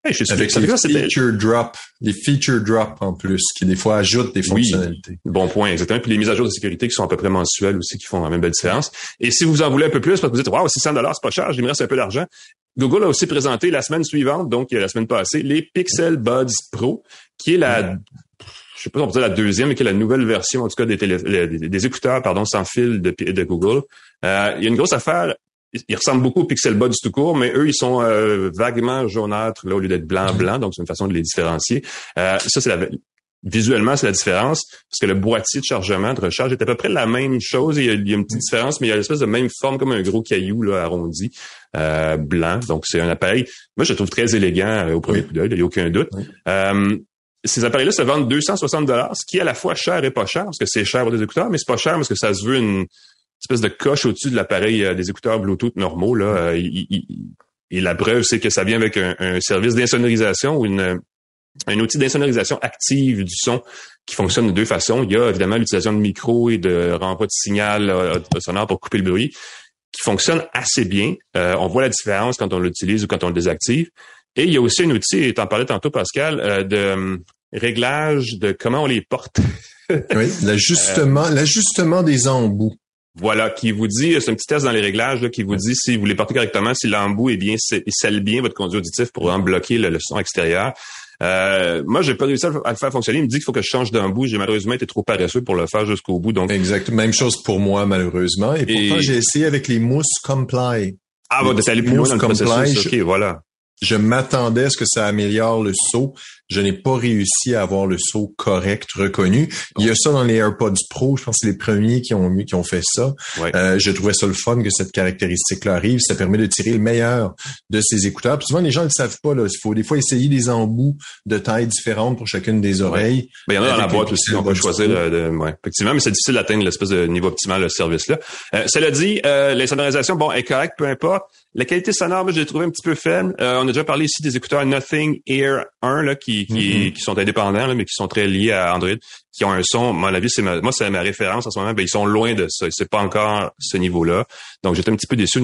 Hey, je suis Avec ça les fait ça, feature drop, les feature drop en plus, qui des fois ajoutent des fonctionnalités. Oui, bon point, exactement. Puis les mises à jour de sécurité qui sont à peu près mensuelles aussi, qui font la même belle différence. Et si vous en voulez un peu plus, parce que vous dites, waouh, six cents dollars, c'est pas cher, il me reste un peu d'argent. Google a aussi présenté la semaine suivante, donc la semaine passée, les Pixel Buds Pro, qui est la, je sais pas si on peut dire la deuxième, mais qui est la nouvelle version, en tout cas, des, télé, des, des écouteurs, pardon, sans fil de, de Google. Euh, il y a une grosse affaire. Ils ressemblent beaucoup aux Pixel Buds tout court, mais eux, ils sont euh, vaguement jaunâtres là au lieu d'être blanc-blanc, donc c'est une façon de les différencier. Euh, ça, c'est la visuellement, c'est la différence, parce que le boîtier de chargement, de recharge, est à peu près la même chose. Il y a, il y a une petite différence, mais il y a une espèce de même forme, comme un gros caillou là arrondi, euh, blanc. Donc, c'est un appareil, moi, je le trouve très élégant euh, au premier oui. coup d'œil, il n'y a aucun doute. Oui. Euh, ces appareils-là se vendent deux cent soixante dollars, ce qui est à la fois cher et pas cher, parce que c'est cher pour des écouteurs, mais c'est pas cher parce que ça se veut une espèce de coche au-dessus de l'appareil euh, des écouteurs Bluetooth normaux. Là, euh, il, il, et la preuve, c'est que ça vient avec un, un service d'insonorisation ou une, un outil d'insonorisation active du son qui fonctionne de deux façons. Il y a évidemment l'utilisation de micro et de renvoi de signal euh, sonore pour couper le bruit, qui fonctionne assez bien. Euh, on voit la différence quand on l'utilise ou quand on le désactive. Et il y a aussi un outil, et t'en parlais tantôt, Pascal, euh, de euh, réglage de comment on les porte. Oui, l'ajustement, euh, l'ajustement des embouts. Voilà, qui vous dit, c'est un petit test dans les réglages, là, qui vous dit si vous les portez correctement, si l'embout est bien, il scelle bien votre conduit auditif pour en bloquer le, le son extérieur. Euh, moi, j'ai pas réussi à le faire fonctionner. Il me dit qu'il faut que je change d'embout. J'ai malheureusement été trop paresseux pour le faire jusqu'au bout. Donc, exact. Même chose pour moi, malheureusement. Et, et... pourtant, j'ai essayé avec les mousses Comply. Ah, bah, d'aller plus loin dans le processus. OK, voilà. Je m'attendais à ce que ça améliore le saut. Je n'ai pas réussi à avoir le saut correct, reconnu. Il y a ça dans les AirPods Pro. Je pense que c'est les premiers qui ont qui ont fait ça. Ouais. Euh, je trouvais ça le fun que cette caractéristique-là arrive. Ça permet de tirer le meilleur de ces écouteurs. Puis souvent, les gens ne le savent pas. Là. Il faut des fois essayer des embouts de taille différentes pour chacune des oreilles. Ouais. Ben, il y en a dans la boîte aussi. On peut choisir. De, de, ouais, effectivement, mais c'est difficile d'atteindre l'espèce de niveau optimal de ce service-là. Euh, cela dit, euh, l'insonorisation, bon, est correcte, peu importe. La qualité sonore, moi, je l'ai trouvé un petit peu faible. Euh, on a déjà parlé ici des écouteurs Nothing Ear un, là, qui, qui, mm-hmm. qui sont indépendants, là, mais qui sont très liés à Android, qui ont un son, à mon avis, c'est ma, moi, c'est ma référence en ce moment, ben, ils sont loin de ça. C'est pas encore ce niveau-là. Donc, j'étais un petit peu déçu.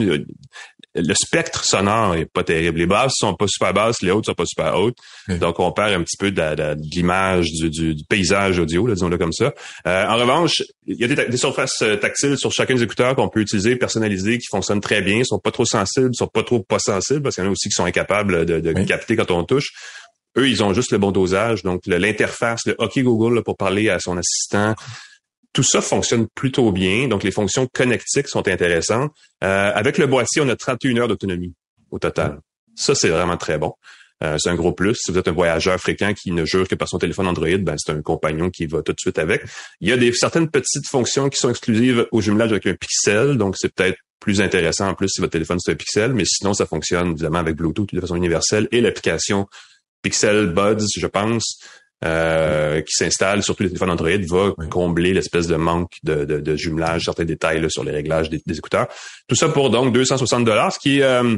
Le spectre sonore est pas terrible. Les basses sont pas super basses, les hautes sont pas super hautes. Mm-hmm. Donc, on perd un petit peu de, de, de l'image du, du, du paysage audio, là, disons-le comme ça. Euh, en revanche, il y a des, des surfaces tactiles sur chacun des écouteurs qu'on peut utiliser, personnaliser, qui fonctionnent très bien, sont pas trop sensibles, sont pas trop pas sensibles, parce qu'il y en a aussi qui sont incapables de, de oui. capter quand on touche. Eux, ils ont juste le bon dosage. Donc, le, l'interface, le OK Google là, pour parler à son assistant, tout ça fonctionne plutôt bien. Donc, les fonctions connectiques sont intéressantes. Euh, avec le boîtier, on a trente et une heures d'autonomie au total. Ça, c'est vraiment très bon. Euh, c'est un gros plus. Si vous êtes un voyageur fréquent qui ne jure que par son téléphone Android, ben c'est un compagnon qui va tout de suite avec. Il y a des certaines petites fonctions qui sont exclusives au jumelage avec un Pixel, donc c'est peut-être plus intéressant en plus si votre téléphone c'est un Pixel, mais sinon ça fonctionne évidemment avec Bluetooth de façon universelle et l'application Pixel Buds, je pense, euh, qui s'installe sur tous les téléphones Android, va oui. combler l'espèce de manque de, de, de jumelage, certains détails là, sur les réglages des, des écouteurs. Tout ça pour donc deux cent soixante dollars, ce qui est euh,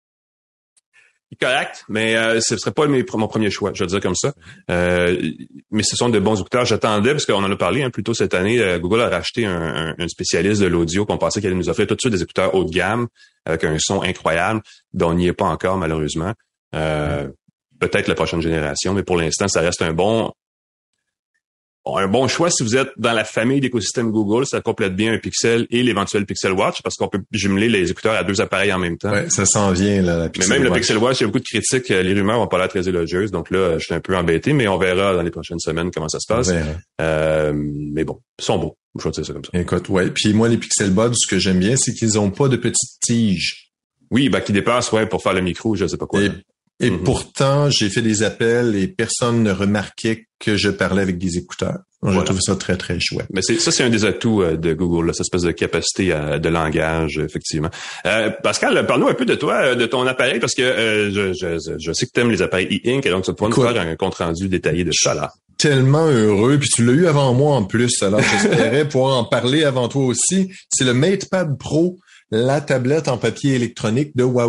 correct, mais euh, ce serait pas mes, mon premier choix, je veux dire comme ça. Euh, mais ce sont de bons écouteurs. J'attendais, parce qu'on en a parlé hein, plus tôt cette année, euh, Google a racheté un, un, un spécialiste de l'audio qu'on pensait qu'il allait nous offrir tout de suite des écouteurs haut de gamme avec un son incroyable, dont on n'y est pas encore malheureusement. Euh, peut-être la prochaine génération, mais pour l'instant, ça reste un bon un bon choix si vous êtes dans la famille d'écosystèmes Google. Ça complète bien un Pixel et l'éventuel Pixel Watch parce qu'on peut jumeler les écouteurs à deux appareils en même temps. Ouais, ça s'en vient, là, la Pixel Mais même Watch. le Pixel Watch, il y a beaucoup de critiques. Les rumeurs n'ont pas l'air très élogieuses. Donc là, je suis un peu embêté, mais on verra dans les prochaines semaines comment ça se passe. Euh, mais bon, ils sont beaux. Je vais dire ça comme ça. Écoute, ouais. Puis moi, les Pixel Buds, ce que j'aime bien, c'est qu'ils ont pas de petites tiges. Oui, ben, qui dépassent, ouais, pour faire le micro, je sais pas quoi. Et, et mm-hmm. pourtant, j'ai fait des appels et personne ne remarquait que je parlais avec des écouteurs. Voilà. Je trouve ça très, très chouette. Mais c'est, ça, c'est un des atouts euh, de Google, là, cette espèce de capacité à, de langage, effectivement. Euh, Pascal, parle-nous un peu de toi, de ton appareil, parce que euh, je, je, je sais que tu aimes les appareils e-ink, et donc tu vas pouvoir nous faire un compte-rendu détaillé de ça, là. Tellement heureux, puis tu l'as eu avant moi en plus, alors j'espérais pouvoir en parler avant toi aussi. C'est le MatePad Pro, la tablette en papier électronique de Huawei.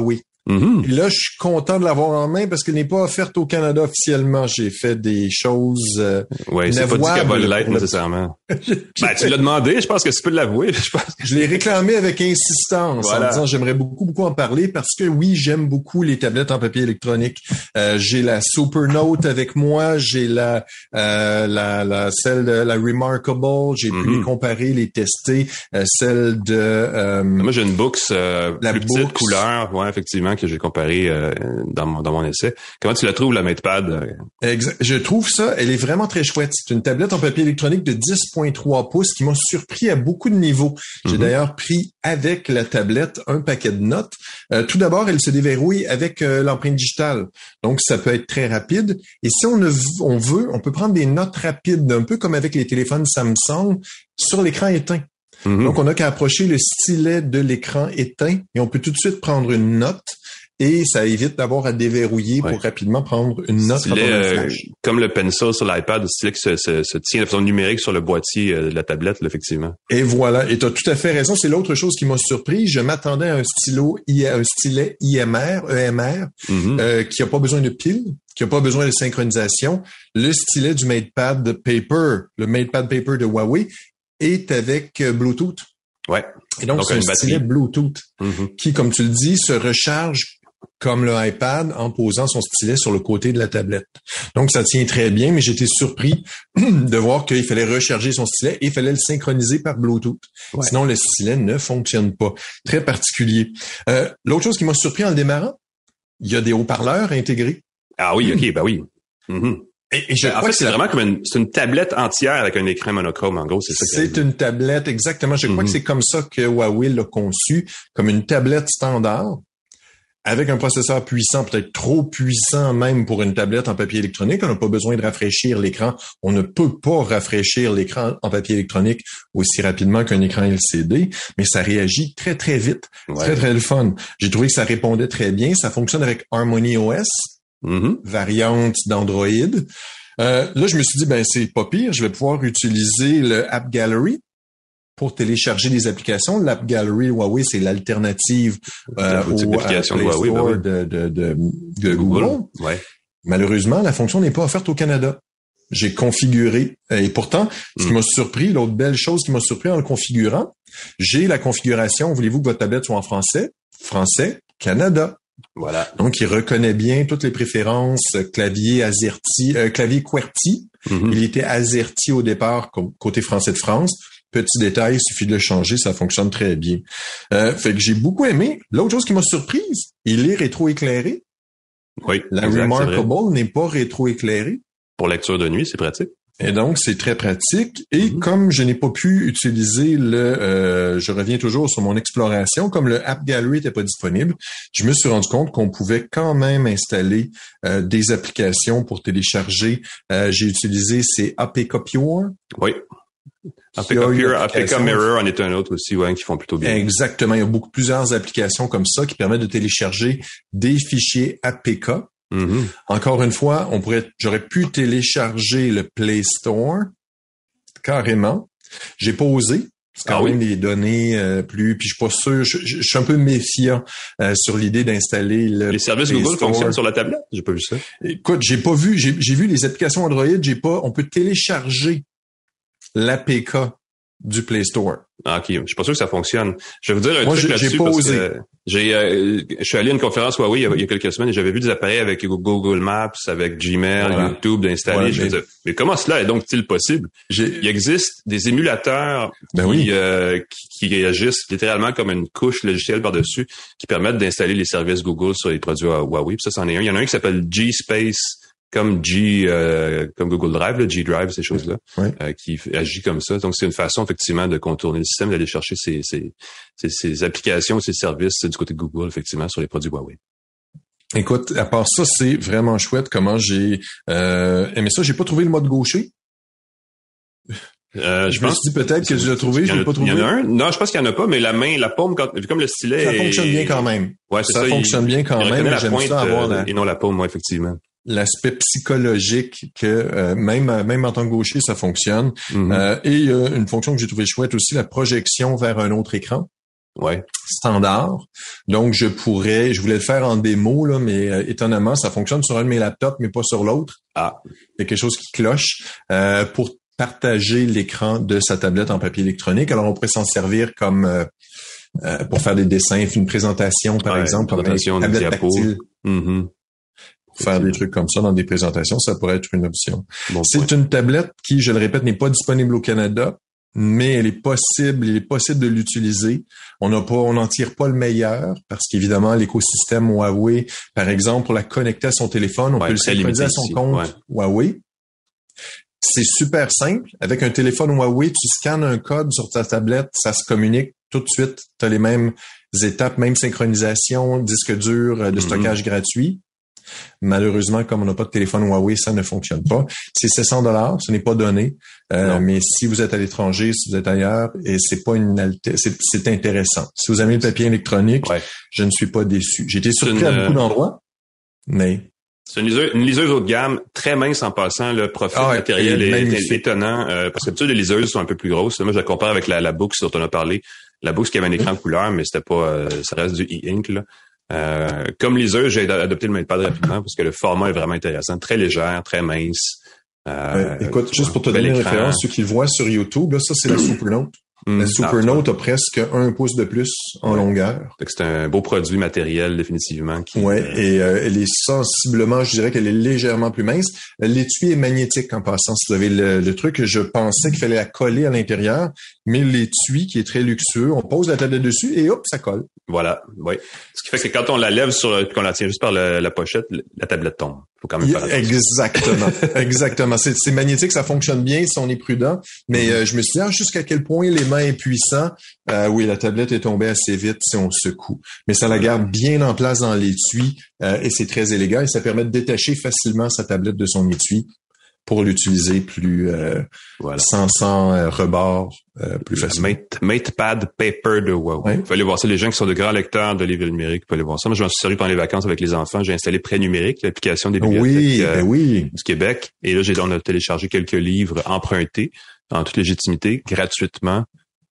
Mm-hmm. Et là, je suis content de l'avoir en main parce qu'elle n'est pas offerte au Canada officiellement. J'ai fait des choses euh, Oui, c'est pas dit qu'elle va l'être nécessairement. ben, tu l'as demandé, je pense que tu peux l'avouer. Je pense. Je l'ai réclamé avec insistance voilà. en disant j'aimerais beaucoup, beaucoup en parler parce que oui, j'aime beaucoup les tablettes en papier électronique. Euh, j'ai la Supernote avec moi, j'ai la, euh, la, la celle de la Remarkable, j'ai mm-hmm. pu les comparer, les tester, euh, celle de... Euh, Moi, j'ai une Books euh, la plus Books. petite couleur, ouais, effectivement, que j'ai comparé euh, dans mon dans mon essai. Comment tu la trouves, la MatePad? Exact. Je trouve ça, elle est vraiment très chouette. C'est une tablette en papier électronique de dix virgule trois pouces qui m'a surpris à beaucoup de niveaux. J'ai mm-hmm. d'ailleurs pris avec la tablette un paquet de notes. Euh, tout d'abord, elle se déverrouille avec euh, l'empreinte digitale. Donc, ça peut être très rapide. Et si on, ne, on veut, on peut prendre des notes rapides, un peu comme avec les téléphones Samsung, sur l'écran éteint. Mm-hmm. Donc, on n'a qu'à approcher le stylet de l'écran éteint et on peut tout de suite prendre une note. Et ça évite d'avoir à déverrouiller ouais. pour rapidement prendre une note. Stylet, euh, comme le pencil sur l'iPad, le stylet qui se, se, se tient de façon numérique sur le boîtier euh, de la tablette, là, effectivement. Et voilà. Et tu as tout à fait raison. C'est l'autre chose qui m'a surpris. Je m'attendais à un stylo, un stylet I M R, E M R, mm-hmm. euh, qui a pas besoin de pile, qui a pas besoin de synchronisation. Le stylet du MatePad Paper, le MatePad Paper de Huawei, est avec euh, Bluetooth. Ouais. Et donc, donc c'est un stylet Bluetooth mm-hmm. qui, comme tu le dis, se recharge comme le iPad en posant son stylet sur le côté de la tablette. Donc, ça tient très bien, mais j'étais surpris de voir qu'il fallait recharger son stylet et il fallait le synchroniser par Bluetooth. Ouais. Sinon, le stylet ne fonctionne pas. Très particulier. Euh, l'autre chose qui m'a surpris en le démarrant, il y a des haut-parleurs intégrés. Ah oui, OK, ben oui. Mm-hmm. Et, et je en fait, c'est vraiment comme une, c'est une tablette entière avec un écran monochrome, en gros, c'est ça. C'est une tablette, exactement. Je mm-hmm. crois que c'est comme ça que Huawei l'a conçu, comme une tablette standard, avec un processeur puissant, peut-être trop puissant même pour une tablette en papier électronique. On n'a pas besoin de rafraîchir l'écran. On ne peut pas rafraîchir l'écran en papier électronique aussi rapidement qu'un écran L C D, mais ça réagit très, très vite. Ouais. Très, très le fun. J'ai trouvé que ça répondait très bien. Ça fonctionne avec Harmony O S. Mm-hmm. Variante d'Android. Euh, là, je me suis dit, ben c'est pas pire, je vais pouvoir utiliser le App Gallery pour télécharger des applications. L'App Gallery Huawei, c'est l'alternative euh, au Play Store de, Huawei, ben oui. de, de, de, de Google. Google. Ouais. Malheureusement, la fonction n'est pas offerte au Canada. J'ai configuré, et pourtant, ce qui mm. m'a surpris, l'autre belle chose qui m'a surpris en le configurant, j'ai la configuration, voulez-vous que votre tablette soit en français? Français, Canada. Voilà. Donc, il reconnaît bien toutes les préférences clavier AZERTY, euh, clavier QWERTY. Mm-hmm. Il était AZERTY au départ, comme côté français de France. Petit détail, il suffit de le changer, ça fonctionne très bien. Euh, fait que j'ai beaucoup aimé. L'autre chose qui m'a surprise, il est rétroéclairé. Oui. La exact, Remarkable n'est pas rétroéclairée. Pour lecture de nuit, c'est pratique. Et donc, c'est très pratique. Et mm-hmm. comme je n'ai pas pu utiliser le... Euh, je reviens toujours sur mon exploration. Comme le App Gallery n'était pas disponible, je me suis rendu compte qu'on pouvait quand même installer euh, des applications pour télécharger. Euh, j'ai utilisé ces A P K Pure. Oui. A P K Pure, A P K Mirror en est un autre aussi, ouais, qui font plutôt bien. Exactement. Il y a beaucoup plusieurs applications comme ça qui permettent de télécharger des fichiers A P K. Mm-hmm. Encore une fois, on pourrait, j'aurais pu télécharger le Play Store carrément. J'ai pas osé. C'est quand ah même oui? des données euh, plus. Puis je suis pas sûr. Je, je, je suis un peu méfiant euh, sur l'idée d'installer le. Les services Play Google Store. fonctionnent sur la tablette. J'ai pas vu ça. Écoute, j'ai pas vu. J'ai, j'ai vu les applications Android. J'ai pas. On peut télécharger l'A P K du Play Store. Ah, ok. Je suis pas sûr que ça fonctionne. Je vais vous dire un Moi, truc j'ai, là-dessus j'ai pas parce osé. que j'ai, euh, je suis allé à une conférence Huawei il y a, il y a quelques semaines et j'avais vu des appareils avec Google Maps, avec Gmail, voilà. YouTube d'installer. Voilà, je me disais, mais comment cela est donc-il possible? J'ai... Il existe des émulateurs ben qui, oui. euh, qui, qui réagissent littéralement comme une couche logicielle par-dessus qui permettent d'installer les services Google sur les produits Huawei. Puis ça, c'en est un. Il y en a un qui s'appelle G-Space. Comme G, euh, comme Google Drive, le G-Drive, ces choses-là, oui. euh, qui agit comme ça. Donc, c'est une façon, effectivement, de contourner le système, d'aller chercher ces, ces, ces, ces applications, ces services du côté de Google, effectivement, sur les produits Huawei. Écoute, à part ça, c'est vraiment chouette comment j'ai euh, aimé ça. J'ai pas trouvé le mode gaucher. Euh, je, je pense me suis dit peut-être que je l'ai trouvé, je l'ai pas trouvé. Il y en a un. Non, je pense qu'il y en a pas, mais la main, la paume, quand, comme le stylet. Ça fonctionne bien quand même. Ouais, c'est ça. Ça fonctionne il, bien quand il même. La j'aime pointe, ça avoir euh, la... et non la paume, moi, effectivement. L'aspect psychologique que euh, même même en tant que gaucher, ça fonctionne. Mm-hmm. Euh, et euh, une fonction que j'ai trouvé chouette aussi, la projection vers un autre écran. Ouais. standard. Donc, je pourrais, je voulais le faire en démo, là, mais euh, étonnamment, ça fonctionne sur un de mes laptops, mais pas sur l'autre. Ah. Il y a quelque chose qui cloche. Euh, pour partager l'écran de sa tablette en papier électronique. Alors, on pourrait s'en servir comme euh, euh, pour faire des dessins, une présentation, par ouais, exemple, une présentation, avec une tablette tactile. Mm-hmm. Pour faire des trucs comme ça dans des présentations, ça pourrait être une option. Bon C'est point. une tablette qui, je le répète, n'est pas disponible au Canada, mais elle est possible, il est possible de l'utiliser. On n'a pas, on n'en tire pas le meilleur parce qu'évidemment, l'écosystème Huawei, par exemple, pour la connecter à son téléphone, on ouais, peut le synchroniser à son ici. compte ouais. Huawei. C'est super simple. Avec un téléphone Huawei, tu scannes un code sur ta tablette, ça se communique tout de suite. Tu as les mêmes étapes, même synchronisation, disque dur de mm-hmm. stockage gratuit. Malheureusement, comme on n'a pas de téléphone Huawei, ça ne fonctionne pas. C'est sept cents dollars, ce n'est pas donné. Euh, mais si vous êtes à l'étranger, si vous êtes ailleurs, et c'est pas une alter... c'est, c'est intéressant. Si vous aimez le papier électronique, ouais. je ne suis pas déçu. J'ai été surpris une... à beaucoup d'endroits, mais c'est une liseuse, une liseuse haut de gamme, très mince en passant. Le profil ah ouais, matériel est, est étonnant, euh, parce que d'habitude, les liseuses sont un peu plus grosses. Moi, je la compare avec la, la Boox dont on a parlé. La Boox qui avait un écran de couleur, mais c'était pas, euh, ça reste du e-ink, là. Euh, comme liseuse, j'ai adopté le MatePad rapidement parce que le format est vraiment intéressant, très légère, très mince. Euh, ouais, écoute, juste pour te donner une référence, ceux qui le voient sur YouTube, là, ça, c'est la Supernote. La Supernote a presque un pouce de plus en ouais. longueur. C'est un beau produit matériel, définitivement. Qui, ouais, euh... et euh, elle est sensiblement, je dirais qu'elle est légèrement plus mince. L'étui est magnétique en passant. Si vous avez le, le truc, je pensais qu'il fallait la coller à l'intérieur, mais l'étui qui est très luxueux, on pose la tablette dessus et hop, ça colle. Voilà, oui. Ce qui fait que quand on la lève sur, qu'on la tient juste par le, la pochette, la tablette tombe. Faut quand même faire attention. Exactement, exactement. C'est, c'est magnétique, ça fonctionne bien si on est prudent. Mais mm-hmm. euh, je me suis dit, ah, jusqu'à quel point les mains est puissant. Euh, oui, la tablette est tombée assez vite si on secoue. Mais ça la garde bien en place dans l'étui euh, et c'est très élégant et ça permet de détacher facilement sa tablette de son étui pour l'utiliser plus euh, voilà. sans, sans euh, rebord euh, plus facilement. Mate, MatePad Paper de Huawei. Ouais. Vous pouvez aller voir ça. Les gens qui sont de grands lecteurs de livres numériques peuvent aller voir ça. Moi, je m'en suis servi pendant les vacances avec les enfants. J'ai installé Prêt numérique, l'application des bibliothèques oui, euh, ben oui. du Québec. Et là, j'ai on a téléchargé quelques livres empruntés en toute légitimité, gratuitement,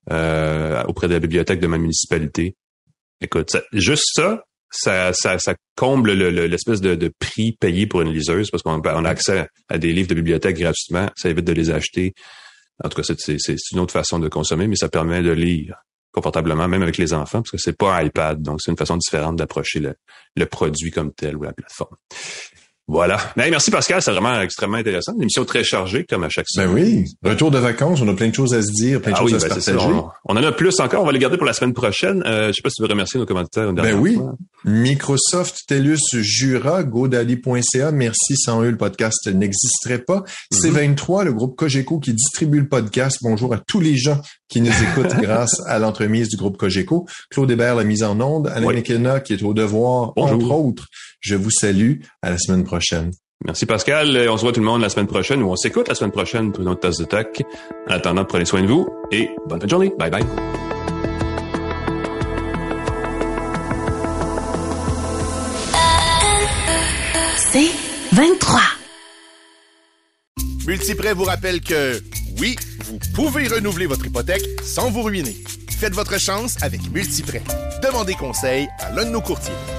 euh, auprès de la bibliothèque de ma municipalité. Écoute, ça, juste ça, ça, ça, ça comble le, le, l'espèce de, de prix payé pour une liseuse parce qu'on on a accès à des livres de bibliothèque gratuitement. Ça évite de les acheter. En tout cas, c'est, c'est, c'est une autre façon de consommer, mais ça permet de lire confortablement, même avec les enfants, parce que c'est pas un iPad. Donc, c'est une façon différente d'approcher le, le produit comme tel ou la plateforme. Voilà. Mais merci Pascal, c'est vraiment extrêmement intéressant. Une émission très chargée, comme à chaque semaine. Ben oui. Retour de vacances, on a plein de choses à se dire, plein de ah choses oui, à ben se partager. On, on en a plus encore, on va les garder pour la semaine prochaine. Euh, je sais pas si tu veux remercier nos commentateurs. Ben oui. Fois. Microsoft, TELUS, Jura, GoDaddy point c a. Merci, sans eux, le podcast n'existerait pas. Mm-hmm. C vingt-trois, le groupe Cogeco qui distribue le podcast. Bonjour à tous les gens qui nous écoutent grâce à l'entremise du groupe Cogeco. Claude Hébert, la mise en onde. Alain oui. McKenna, qui est au devoir, Bonjour. Entre autres. Je vous salue. À la semaine prochaine. Merci Pascal. On se voit tout le monde la semaine prochaine ou on s'écoute la semaine prochaine pour une autre tasse de tech. En attendant, prenez soin de vous et bonne fin de journée. Bye bye. C'est vingt-trois. Multiprêt vous rappelle que, oui, vous pouvez renouveler votre hypothèque sans vous ruiner. Faites votre chance avec Multiprêt. Demandez conseil à l'un de nos courtiers.